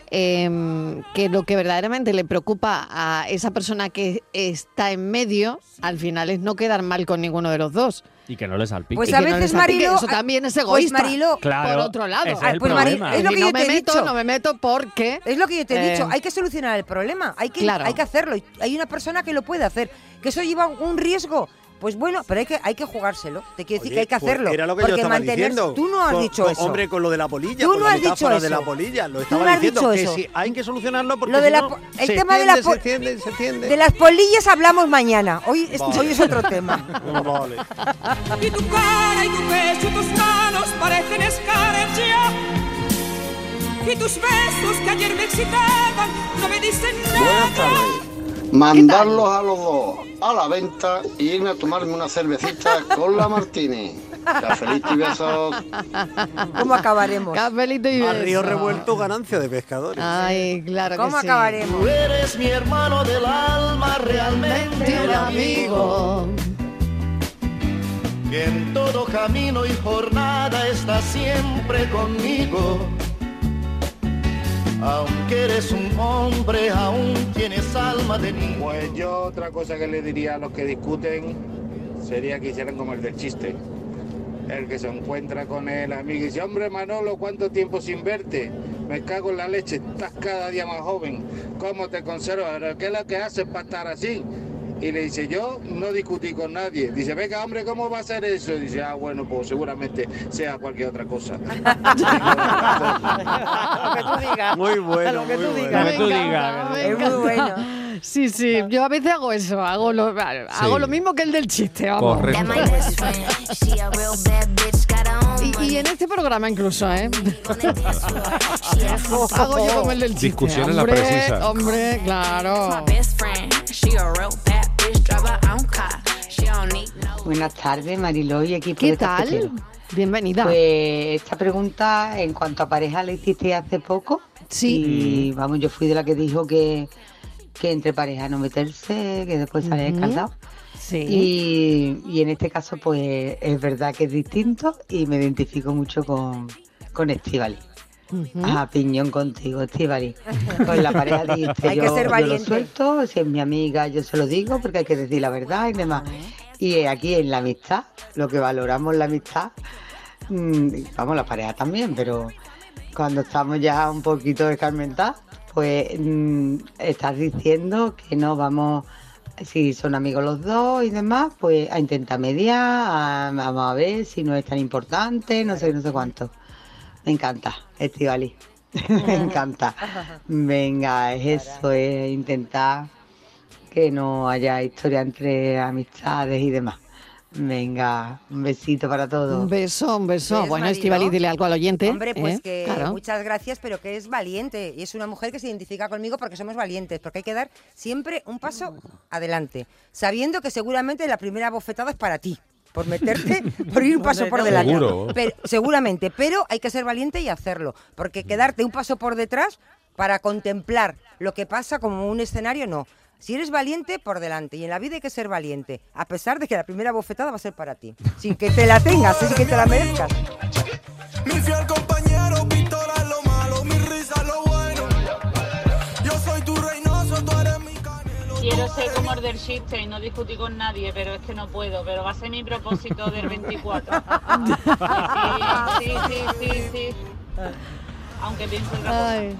Eh, que lo que verdaderamente le preocupa a esa persona que está en medio, al final es no quedar mal con ninguno de los dos. Y que no le salpique. Pues Y a que no veces, les salpique, Mariló, eso también es pues, egoísta. Mariló, Claro, por otro lado. ese es Ah, el pues, Mari, problema. es lo Y que no yo te me he meto, dicho. no me meto porque... Es lo que yo te he Eh, dicho, hay que solucionar el problema, hay que, Claro. hay que hacerlo. y Hay una persona que lo puede hacer, que eso lleva un riesgo. Pues bueno, pero hay que, hay que jugárselo. Te quiero decir Oye, que hay que pues hacerlo. era lo que porque yo estaba mantenerse- diciendo. Tú no has Con- dicho con- eso. Hombre, con lo de la polilla, Tú con no la has dicho metáfora de eso. la polilla, lo Tú estaba no has diciendo dicho que eso. sí, hay que solucionarlo porque Lo de si la no, po- el se tema de extiende, la po- se extiende, se extiende. De las polillas hablamos mañana. Hoy es, Vale. hoy es otro tema. Vale. Y tu cara y tu pecho y tus manos parecen escarcha. Y tus besos que ayer me excitaban no me dicen Buenas nada. tardes. Mandarlos a los dos a la venta y irme a tomarme una cervecita con la Martínez. Cafelito y besos. ¿Cómo acabaremos? Cafelito y A río beso. revuelto, ganancia de pescadores. Ay, claro ¿Cómo que sí. acabaremos? Tú eres mi hermano del alma, realmente Un un amigo. que en todo camino y jornada está siempre conmigo. Aunque eres un hombre, aún tienes alma de niño. Pues yo otra cosa que le diría a los que discuten sería que hicieran como el del chiste. El que se encuentra con el amigo y dice, hombre Manolo, ¿cuánto tiempo sin verte? Me cago en la leche, estás cada día más joven. ¿Cómo te conservas? ¿Qué es lo que haces para estar así? Y le dice, yo no discutí con nadie. Dice, venga, hombre, ¿cómo va a ser eso? Y dice, ah, bueno, pues seguramente sea cualquier otra cosa. Lo que tú digas. Muy bueno, Lo que muy tú bueno. digas. Lo que tú Me digas. encanta, me Es muy encanta. bueno. Sí, sí, yo a veces hago eso, hago lo, hago lo mismo que el del chiste, vamos. Correcto. Y, y en este programa incluso, ¿eh? hago yo como el del chiste. Discusión en la Hombre, precisa. Hombre, claro. Buenas tardes, Mariló y equipo ¿Qué de tal? Cafetero. Bienvenida. Pues esta pregunta en cuanto a pareja la hiciste hace poco. Sí. Y vamos, yo fui de la que dijo que, que entre pareja no meterse, que después sale Ujú. escaldado. Sí. Y, y en este caso, pues es verdad que es distinto y me identifico mucho con, con Estíbaliz. Ujú. A piñón contigo, Estíbaliz. Con la pareja dijiste, Hay que yo, ser yo lo valiente. suelto, si es mi amiga yo se lo digo porque hay que decir la verdad y demás. Y eh, aquí en la amistad, lo que valoramos la amistad, mm, vamos, la pareja también, pero cuando estamos ya un poquito escarmentados, pues mm, estás diciendo que no vamos, si son amigos los dos y demás, pues a intentar mediar, a- vamos a ver si no es tan importante, no sé, no sé cuánto. Me encanta, Estíbaliz. Me encanta. Venga, es eso, es intentar que no haya historia entre amistades y demás. Venga, un besito para todos. Un beso, un beso. ¿Ves, Bueno, Mariló? Estíbaliz, dile algo al oyente. Hombre, pues ¿eh? que Claro. muchas gracias, pero que es valiente. Y es una mujer que se identifica conmigo porque somos valientes, porque hay que dar siempre un paso adelante, sabiendo que seguramente la primera bofetada es para ti, por meterte, por ir un paso por delante. Seguro. Pero, seguramente, pero hay que ser valiente y hacerlo, porque quedarte un paso por detrás para contemplar lo que pasa como un escenario, no. Si eres valiente, por delante. Y en la vida hay que ser valiente, a pesar de que la primera bofetada va a ser para ti. Sin que te la tengas, sin que te la merezcas. Mi fiel compañero, pistola es lo malo, mi risa es lo bueno. Yo soy tu reinoso, tú eres mi canelo. Quiero ser como el del chiste y no discutir con nadie, pero es que no puedo. Pero va a ser mi propósito del veinticuatro. Sí, sí, sí, sí, sí. Aunque pienso otra cosa. Ay.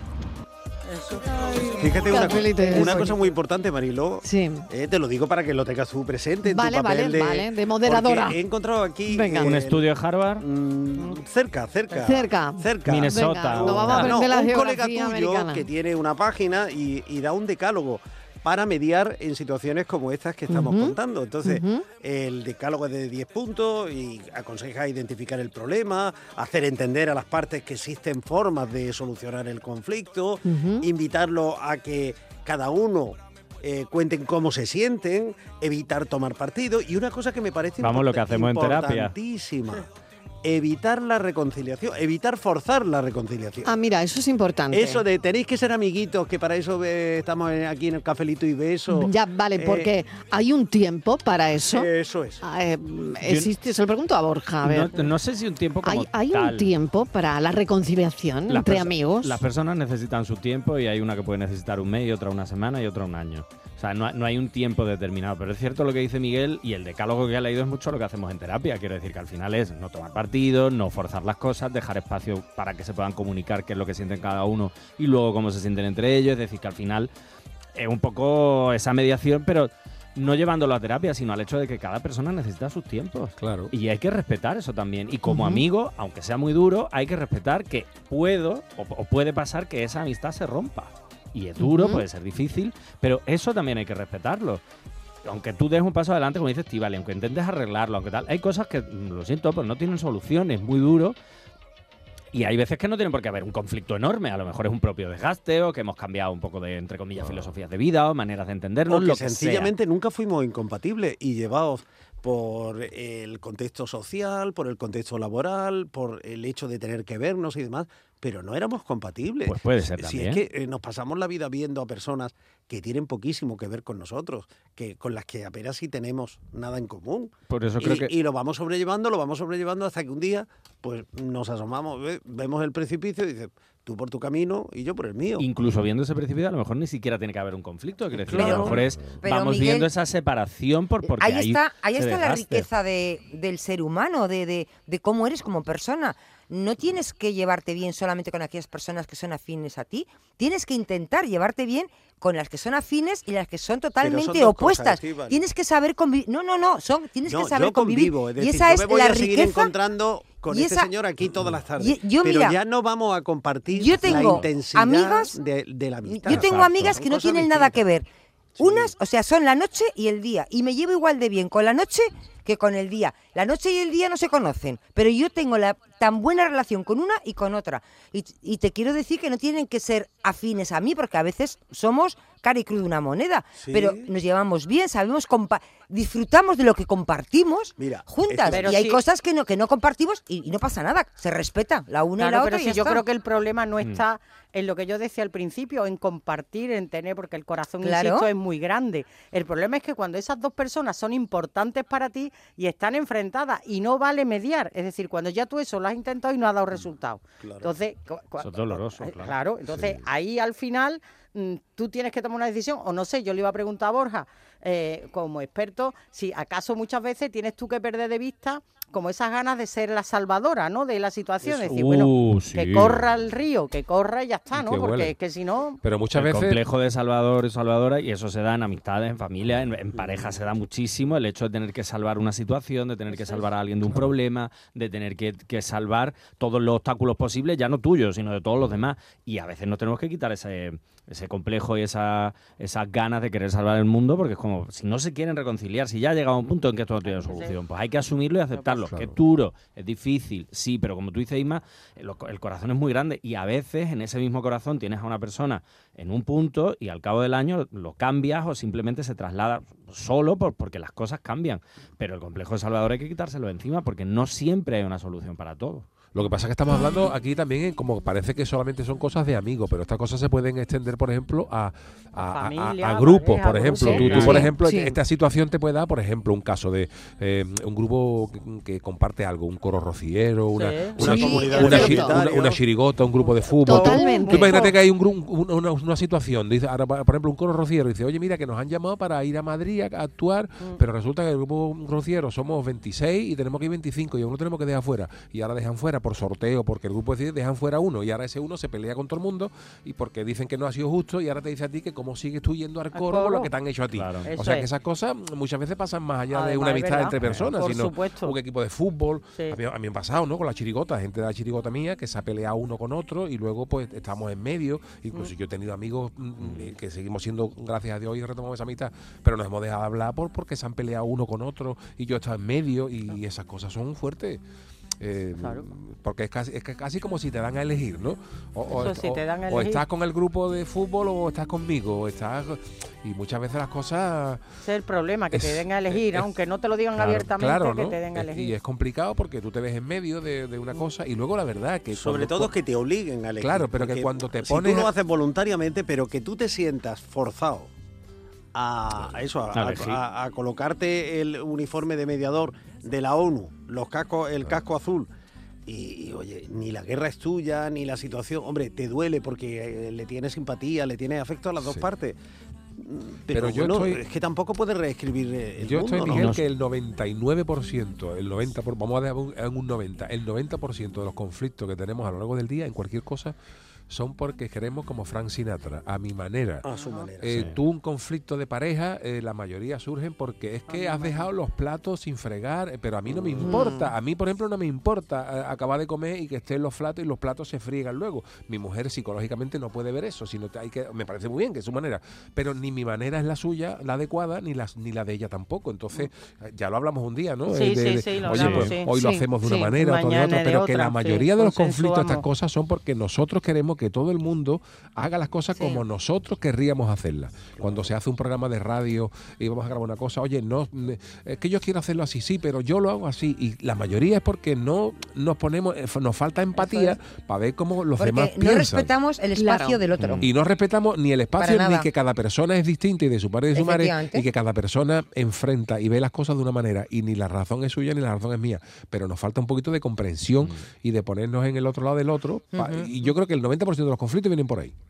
Fíjate una, Cafelito y una beso. cosa muy importante, Mariló. Sí. Eh, te lo digo para que lo tengas tú presente en Vale, tu papel vale, de, vale, de moderadora. porque he encontrado aquí Venga. Un eh, estudio de Harvard. mm, cerca, cerca, Cerca. cerca. Minnesota. Venga, nos vamos a Ah, no, aprender la un geografía colega tuyo americana. que tiene una página y, y da un decálogo para mediar en situaciones como estas que estamos Ujú, contando. Entonces, ujú. el decálogo es de diez puntos y aconseja identificar el problema, hacer entender a las partes que existen formas de solucionar el conflicto, Ujú. invitarlo a que cada uno eh, cuenten cómo se sienten, evitar tomar partido. Y una cosa que me parece Vamos, lo que hacemos en terapia. importantísima, evitar la reconciliación, evitar forzar la reconciliación. Ah, mira, eso es importante. Eso de tenéis que ser amiguitos, que para eso eh, estamos aquí en el cafelito y beso. Ya, vale, eh, porque hay un tiempo para eso. Eso es. Ah, eh, existe, se lo pregunto a Borja. A ver. No, no sé si un tiempo como ¿Hay, hay tal. un tiempo para la reconciliación Las entre perso- amigos? Las personas necesitan su tiempo y hay una que puede necesitar un mes y otra una semana y otra un año. O sea, no, no hay un tiempo determinado. Pero es cierto lo que dice Miguel, y el decálogo que ha leído es mucho lo que hacemos en terapia. Quiero decir que al final es no tomar partido, no forzar las cosas, dejar espacio para que se puedan comunicar qué es lo que sienten cada uno y luego cómo se sienten entre ellos. Es decir, que al final es un poco esa mediación, pero no llevándolo a terapia, sino al hecho de que cada persona necesita sus tiempos. Claro. Y hay que respetar eso también. Y como Ujú. amigo, aunque sea muy duro, hay que respetar que puedo o, o puede pasar que esa amistad se rompa. Y es duro, Ujú. puede ser difícil, pero eso también hay que respetarlo. Aunque tú des un paso adelante, como dices, Estíbaliz, aunque intentes arreglarlo, aunque tal, hay cosas que, lo siento, pues no tienen solución, es muy duro. Y hay veces que no tiene por qué haber un conflicto enorme. A lo mejor es un propio desgaste o que hemos cambiado un poco de, entre comillas, filosofías de vida o maneras de entendernos, O que lo que sea. sencillamente nunca fuimos incompatibles y llevados por el contexto social, por el contexto laboral, por el hecho de tener que vernos y demás, pero no éramos compatibles. Pues puede ser Si también. es que eh, nos pasamos la vida viendo a personas que tienen poquísimo que ver con nosotros, que con las que apenas si tenemos nada en común. Por eso y, creo que- y lo vamos sobrellevando, lo vamos sobrellevando hasta que un día pues nos asomamos, ve- vemos el precipicio y dices, tú por tu camino y yo por el mío. Incluso viendo ese precipicio, a lo mejor ni siquiera tiene que haber un conflicto. Quiero decir, a Claro. lo mejor es, Pero, vamos Miguel, viendo esa separación por, porque ahí hay está, ahí ese está la desgaste. riqueza de, del ser humano, de, de, de cómo eres como persona. No tienes que llevarte bien solamente con aquellas personas que son afines a ti, tienes que intentar llevarte bien con las que son afines y las que son totalmente dos opuestas. cosas, Estíbaliz. Tienes que saber convivir. No, no, no, son, tienes No, que saber yo convivir. convivo, es y decir, esa yo es me voy la a seguir riqueza. encontrando con y este esa- señor aquí todas las tardes. y- yo, pero mira, ya no vamos a compartir yo tengo la intensidad amigas- de, de la amistad. Yo tengo amigas que no Son cosas tienen nada que distintas. ver. Unas, o sea, son la noche y el día. Y me llevo igual de bien con la noche que con el día. La noche y el día no se conocen, pero yo tengo la tan buena relación con una y con otra. Y, y te quiero decir que no tienen que ser afines a mí, porque a veces somos cara y cruz de una moneda. Sí. Pero nos llevamos bien, sabemos compa- disfrutamos de lo que compartimos Mira, juntas. esto- Pero y hay sí. cosas que no, que no compartimos y, y no pasa nada. Se respeta la una y Claro, la pero otra. y si ya yo está. creo que el problema no Mm. está en lo que yo decía al principio, en compartir, en tener, porque el corazón, Claro. insisto, es muy grande. El problema es que cuando esas dos personas son importantes para ti y están enfrentadas y no vale mediar, es decir, cuando ya tú eso lo has intentado y no ha dado resultado. Claro. Entonces, cu- cu- Eso es doloroso, eh, claro. entonces ahí al final mm, tú tienes que tomar una decisión, o no sé, yo le iba a preguntar a Borja, eh, como experto, si acaso muchas veces tienes tú que perder de vista como esas ganas de ser la salvadora, ¿no?, de la situación, Eso. es decir, bueno, Uh, que sí. corra el río, que corra y ya está, Y ¿no? que Porque huele. es que si no... Pero muchas el veces... complejo de salvador y salvadora, y eso se da en amistades, en familia, en, en pareja se da muchísimo, el hecho de tener que salvar una situación, de tener que salvar a alguien de un problema, de tener que, que salvar todos los obstáculos posibles, ya no tuyos, sino de todos los demás. Y a veces nos tenemos que quitar ese, ese complejo y esa, esas ganas de querer salvar el mundo, porque es como, si no se quieren reconciliar, si ya ha llegado a un punto en que esto no tiene solución, pues hay que asumirlo y aceptarlo. Que es duro, es difícil, sí, pero como tú dices, Isma, el, el corazón es muy grande y a veces en ese mismo corazón tienes a una persona en un punto y al cabo del año lo cambias o simplemente se traslada solo por, porque las cosas cambian. Pero el complejo de Salvador hay que quitárselo de encima porque no siempre hay una solución para todo. Lo que pasa es que estamos hablando aquí también en como parece que solamente son cosas de amigos, pero estas cosas se pueden extender, por ejemplo, a, a, a- Familia, a grupos, pareja, por ejemplo. grupos. Tú, tú, Sí, por sí. ejemplo, Sí. esta situación te puede dar, por ejemplo, un caso de eh, un grupo que, que comparte algo, un coro rociero, una, Sí. una, Sí, una, es chi- cierto. una- una chirigota, un grupo de fútbol. Tú- Totalmente. Tú imagínate que hay un gru- una, una- una situación, dice, ahora, por ejemplo, un coro rociero dice, oye, mira, que nos han llamado para ir a Madrid a, a actuar, pero resulta que el grupo rociero somos veintiséis y tenemos que ir veinticinco y a uno tenemos que dejar fuera. Y ahora dejan fuera por sorteo, porque el grupo decide, dejan fuera uno y ahora ese uno se pelea con todo el mundo y porque dicen que no ha sido justo y ahora te dice a ti que cómo sigues tú yendo al coro, coro. con lo que te han hecho a ti. Claro. O Eso sea que es. esas cosas muchas veces pasan más allá de Además, una es amistad verdad. entre personas, Por sino supuesto. un equipo de fútbol. Sí. A, mí, a mí me ha pasado, ¿no? Con la chirigota, gente de la chirigota mía que se ha peleado uno con otro y luego pues estamos en medio. Incluso yo he tenido amigos mm, eh, que seguimos siendo, gracias a Dios, y retomamos esa amistad, pero nos hemos dejado de hablar por, porque se han peleado uno con otro y yo he estado en medio y esas cosas son fuertes. Eh, Claro. Porque es casi, es que casi como si te dan a elegir, ¿no? O, o- Eso sí, o- te dan a o elegir. estás con el grupo de fútbol o estás conmigo, o estás Y muchas veces las cosas... Ese es el problema, que es, te den a elegir, es, aunque no te lo digan claro, abiertamente, claro, que ¿no? te den a elegir. Y es complicado porque tú te ves en medio de, de una cosa y luego la verdad que... Sobre cuando, todo que te obliguen a elegir. Claro, pero que cuando te si pones... tú lo haces voluntariamente, pero que tú te sientas forzado a, a eso, a, a, a, a colocarte el uniforme de mediador de la ONU, los cascos, el casco azul, y, y oye, ni la guerra es tuya, ni la situación, hombre, te duele porque eh, le tienes simpatía, le tienes afecto a las dos Sí. partes. Pero, Pero yo bueno, estoy- es que tampoco puedes reescribir el Yo mundo, estoy, ¿no? Miguel, que el noventa y nueve por ciento, el noventa por, vamos a dejar un, en un noventa, el noventa por ciento de los conflictos que tenemos a lo largo del día en cualquier cosa son porque queremos como Frank Sinatra, a mi manera. A su manera. Eh, Sí. Tú un conflicto de pareja, eh, la mayoría surgen porque es que has dejado los platos sin fregar, eh, pero a mí no me importa. A mí, por ejemplo, no me importa eh, acabar de comer y que estén los platos y los platos se friegan luego. Mi mujer psicológicamente no puede ver eso, sino que hay que, me parece muy bien que es su manera, pero ni mi manera es la suya, la adecuada, ni la, ni la de ella tampoco. Entonces, eh, ya lo hablamos un día, ¿no? Sí, Eh, de- sí, de, sí, lo oye, hablamos, pues sí. hoy lo Sí, hacemos de una sí. manera, otro de Mañana otra, de pero que otra, la sí, mayoría de los conflictos, estas consensuamos. cosas son porque nosotros queremos que todo el mundo haga las cosas Sí. como nosotros querríamos hacerlas. Cuando se hace un programa de radio y vamos a grabar una cosa, oye, no, ne- es que yo quiero hacerlo así, sí, pero yo lo hago así. Y la mayoría es porque no nos ponemos, eh, nos falta empatía para ver cómo los Porque demás no piensan. respetamos el espacio Claro. del otro. Y no respetamos ni el espacio Para ni nada. que cada persona es distinta y de su padre y de su madre Efectivamente. y que cada persona enfrenta y ve las cosas de una manera y ni la razón es suya ni la razón es mía. Pero nos falta un poquito de comprensión y de ponernos en el otro lado del otro. pa- Ujú. Y yo creo que el noventa por ciento de los conflictos vienen por ahí.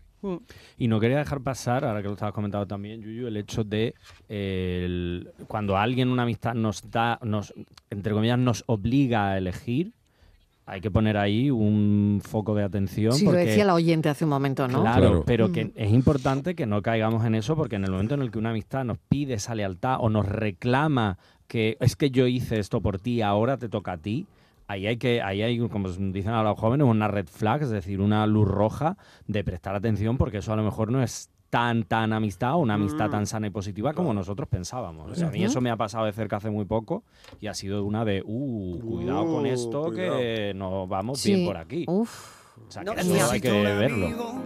Y no quería dejar pasar, ahora que lo estabas comentando también, Yuyu, el hecho de eh, el- cuando alguien, una amistad, nos da, nos, entre comillas, nos obliga a elegir, hay que poner ahí un foco de atención. Sí, porque, lo decía la oyente hace un momento, ¿no? Claro, Claro. pero Mm. que es importante que no caigamos en eso, porque en el momento en el que una amistad nos pide esa lealtad o nos reclama que es que yo hice esto por ti, ahora te toca a ti, ahí hay que, ahí hay, como dicen a los jóvenes, una red flag, es decir, una luz roja de prestar atención, porque eso a lo mejor no es tan, tan amistad o una amistad Mm. tan sana y positiva como nosotros pensábamos. O sea, a mí Ujú. eso me ha pasado de cerca hace muy poco y ha sido una de, uh, cuidado con Uh, esto, que nos vamos Sí. bien por aquí. Uf. O sea, No, que eso hay que verlo.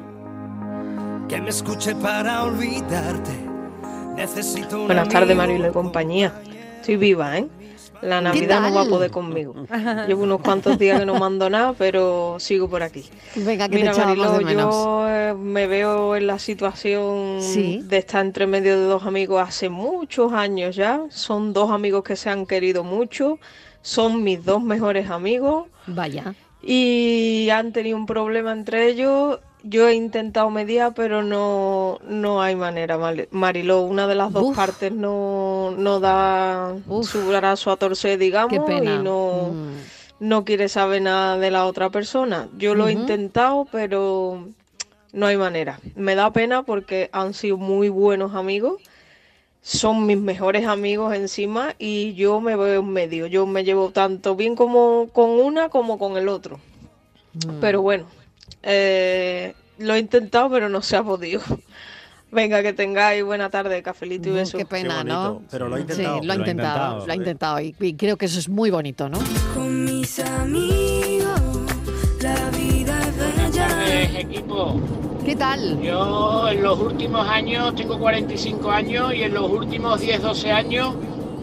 Que me escuche para olvidarte. Necesito un Buenas tardes, amigo. Marilo y compañía. Estoy viva, ¿eh? La Navidad no va a tal? poder conmigo. Llevo unos cuantos días que no mando nada, pero sigo por aquí. Venga, que Mira, te echábamos Mariló, de menos. yo eh, me veo en la situación Sí. de estar entre medio de dos amigos hace muchos años ya. Son dos amigos que se han querido mucho, son mis dos mejores amigos Vaya. y han tenido un problema entre ellos. Yo he intentado mediar, pero no, no hay manera, Mari- Mariló. Una de las dos Uf. partes no, no da Uf. su brazo a torcer, digamos, Qué pena. y no, Mm. no quiere saber nada de la otra persona. Yo lo he Ujú. intentado, pero no hay manera. Me da pena porque han sido muy buenos amigos, son mis mejores amigos encima y yo me veo en medio. Yo me llevo tanto bien como con una como con el otro. Mm. Pero bueno, eh, lo he intentado, pero no se ha podido. Venga, que tengáis buena tarde, cafelito y Mm, besos. Qué pena, Qué ¿no? bonito, pero lo ha Sí, intentado. lo ha Lo ha intentado, intentado. lo ha intentado. Y, y creo que eso es muy bonito, ¿no? Con mis amigos, la vida es Buenas bella. tardes, equipo. ¿Qué tal? Yo en los últimos años, tengo cuarenta y cinco años y en los últimos diez, doce años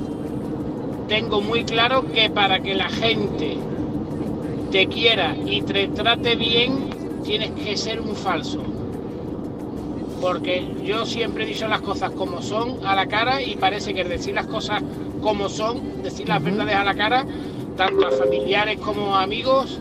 tengo muy claro que para que la gente te quiera y te trate bien, tienes que ser un falso. Porque yo siempre he dicho las cosas como son, a la cara, y parece que decir las cosas como son, decir las verdades a la cara, tanto a familiares como a amigos,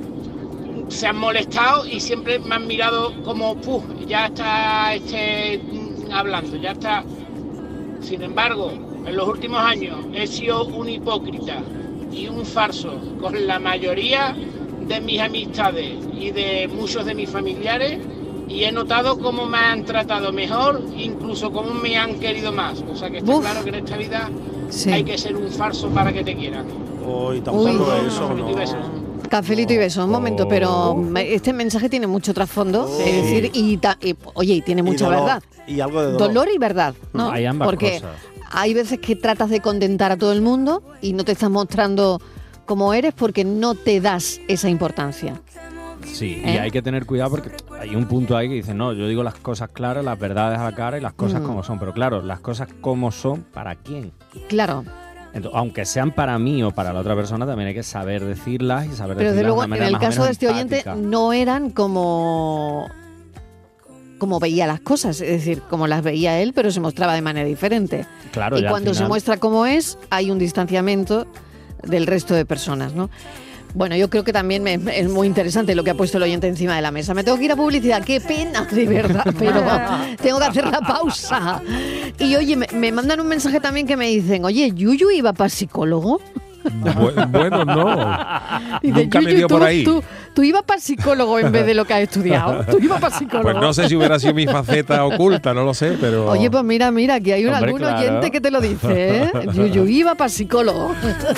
se han molestado y siempre me han mirado como, puf, ya está este mm, hablando, ya está. Sin embargo, en los últimos años he sido un hipócrita y un falso con la mayoría de mis amistades y de muchos de mis familiares, y he notado cómo me han tratado mejor, incluso cómo me han querido más. O sea que está Uf. claro que en esta vida Sí. hay que ser un falso para que te quieran. Hoy tampoco Uy. eso, Cafelito y no. besos. Cafelito y beso, un momento, Oh. pero me- este mensaje tiene mucho trasfondo, Oh. es decir, y, ta- y, oye, y tiene Y mucha dolor, verdad. Y algo de dolor. Dolor y verdad, ¿no? Hay ambas Porque cosas. hay veces que tratas de contentar a todo el mundo y no te estás mostrando como eres porque no te das esa importancia. Sí, ¿Eh? y hay que tener cuidado porque hay un punto ahí que dice, no, yo digo las cosas claras, las verdades a la cara y las cosas Mm. como son. Pero claro, las cosas como son, ¿para quién? Claro. Entonces, aunque sean para mí o para la otra persona, también hay que saber decirlas y saber Pero decirlas desde luego, de en una manera el más o caso de menos este oyente, empática. no eran como como veía las cosas, es decir, como las veía él, pero se mostraba de manera diferente. Claro, y ya al cuando se final- muestra como es, hay un distanciamiento del resto de personas, ¿no? Bueno, yo creo que también me- es muy interesante lo que ha puesto el oyente encima de la mesa. Me tengo que ir a publicidad, qué pena, de verdad, pero tengo que hacer la pausa. Y oye, me, me mandan un mensaje también que me dicen, oye, ¿Yuyu iba para psicólogo? Bu- bueno, no. Dice, Nunca me "Yuyu, dio tú- por ahí. Tú, tú ibas para psicólogo en vez de lo que has estudiado. Tú ibas para psicólogo. Pues no sé si hubiera sido mi faceta oculta, no lo sé, pero... Oye, pues mira, mira, aquí hay un, Hombre, algún claro. oyente que te lo dice, ¿eh? Yuyu iba para psicólogo.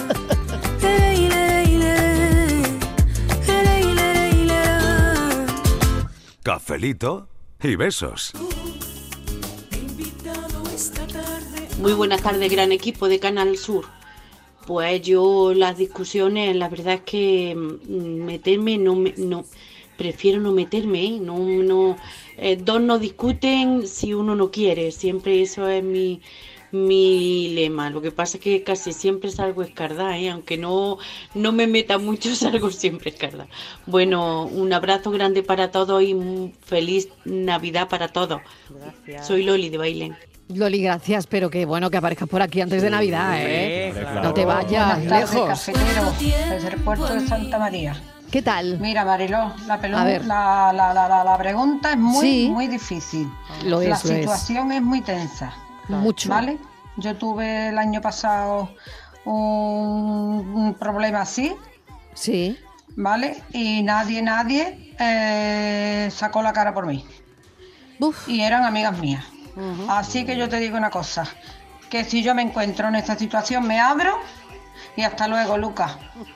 Cafelito y besos. Muy buenas tardes, gran equipo de Canal Sur. Pues yo las discusiones, la verdad es que mm, meterme, no, me- no prefiero no meterme, ¿eh? no, no, eh, dos no discuten si uno no quiere, siempre eso es mi, mi lema. Lo que pasa es que casi siempre salgo escardada, ¿eh? Aunque no, no me meta mucho, salgo siempre escardada. Bueno, un abrazo grande para todos y un feliz Navidad para todos. Soy Loli de Bailén. Loli, gracias, pero que bueno que aparezcas por aquí antes de Navidad, ¿eh? hombre, claro. No te vayas Buenas tardes, lejos. cafetero, desde el puerto de Santa María. ¿Qué tal? Mira, Mariló, la, pelu- A ver. la, la, la, la- la pregunta es muy, Sí. muy difícil. Lo la es, lo es. situación es. muy tensa. Mucho. ¿Vale? Yo tuve el año pasado un, un problema así. Sí. ¿Vale? Y nadie, nadie eh, sacó la cara por mí. Y eran amigas mías. Así que yo te digo una cosa, que si yo me encuentro en esta situación me abro y hasta luego, Lucas.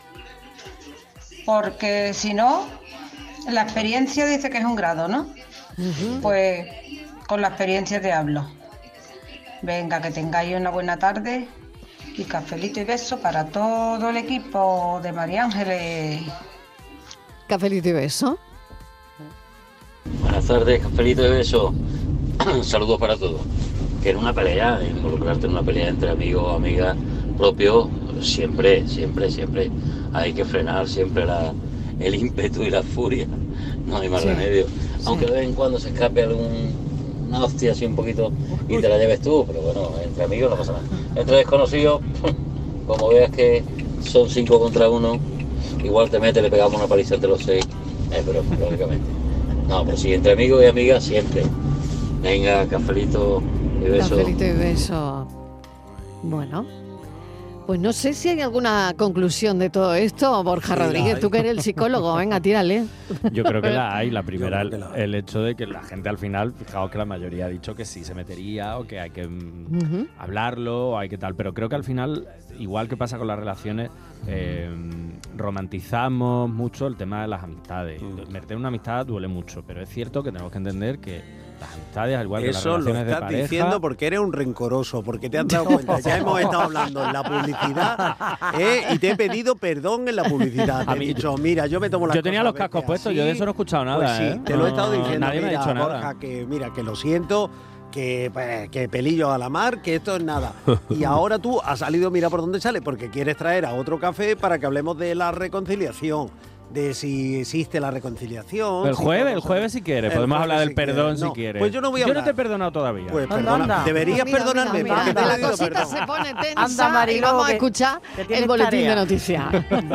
Porque si no, la experiencia dice que es un grado, ¿no? Pues con la experiencia te hablo. Venga, que tengáis una buena tarde y cafelito y beso para todo el equipo de María Ángeles. Cafelito y beso. Buenas tardes, cafelito de beso. Saludos para todos. Que en una pelea, involucrarte en una pelea entre amigos, amigas, propios, siempre, siempre, siempre hay que frenar siempre la, el ímpetu y la furia. No hay más Sí, remedio. sí. Aunque de vez en cuando se escape algún, una hostia así un poquito y te la lleves tú, pero bueno, entre amigos no pasa nada. Entre desconocidos, como veas que son cinco contra uno, igual te metes, le pegamos una paliza entre los seis, eh, pero lógicamente. No, pero sí, entre amigos y amigas siempre. Venga, cafelito y beso. Cafelito y beso. Bueno, pues no sé si hay alguna conclusión de todo esto, Borja Sí, la Rodríguez, hay. tú que eres el psicólogo, venga, tírale. Yo creo que la hay. La primera, el, el hecho de que la gente al final, fijaos que la mayoría ha dicho que sí se metería o que hay que mm, Ujú. hablarlo o hay que tal. Pero creo que al final, igual que pasa con las relaciones, eh, romantizamos mucho el tema de las amistades. Meter una amistad duele mucho, pero es cierto que tenemos que entender que las amistades, al igual que las Eso lo relaciones de estás pareja... diciendo porque eres un rencoroso, porque te has dado cuenta. Ya hemos estado hablando en la publicidad ¿eh? y te he pedido perdón en la publicidad. Te A he mí- dicho, mira, yo me tomo la Yo tenía los cascos puestos, yo de eso no he escuchado nada. Pues sí, ¿eh? te lo he No, estado diciendo. Nadie me mira, ha dicho nada. Borja, que mira, que lo siento, que, pues, que pelillo a la mar, que esto es nada. Y ahora tú has salido, mira por dónde sale, porque quieres traer a otro café para que hablemos de la reconciliación. De si existe la reconciliación. El si jueves, todo el eso. jueves si quieres. El Podemos jueves hablar del si perdón quieres. si No, quieres. Pues yo no voy a Yo no hablar. te he perdonado todavía. Pues Anda, perdona, anda. deberías Mira, perdonarme mira, porque mira, te he la pedido cosita perdón. se pone tensa Anda, Mariló, y vamos a que- escuchar que el tienes boletín tarea. de noticias.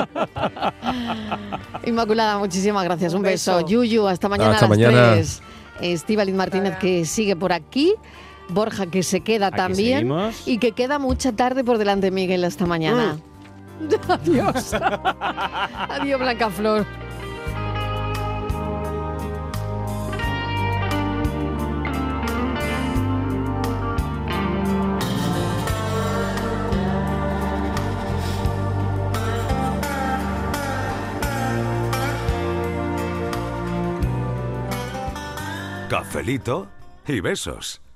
Inmaculada, muchísimas gracias. Un, Un beso. beso. Yuyu, hasta mañana Hasta a las mañana. tres. Estíbaliz Martínez, que sigue por aquí. Borja, que se queda Aquí también. seguimos. Y que queda mucha tarde por delante, Miguel, hasta mañana. Adiós. Adiós, Blanca Flor. Cafelito y besos.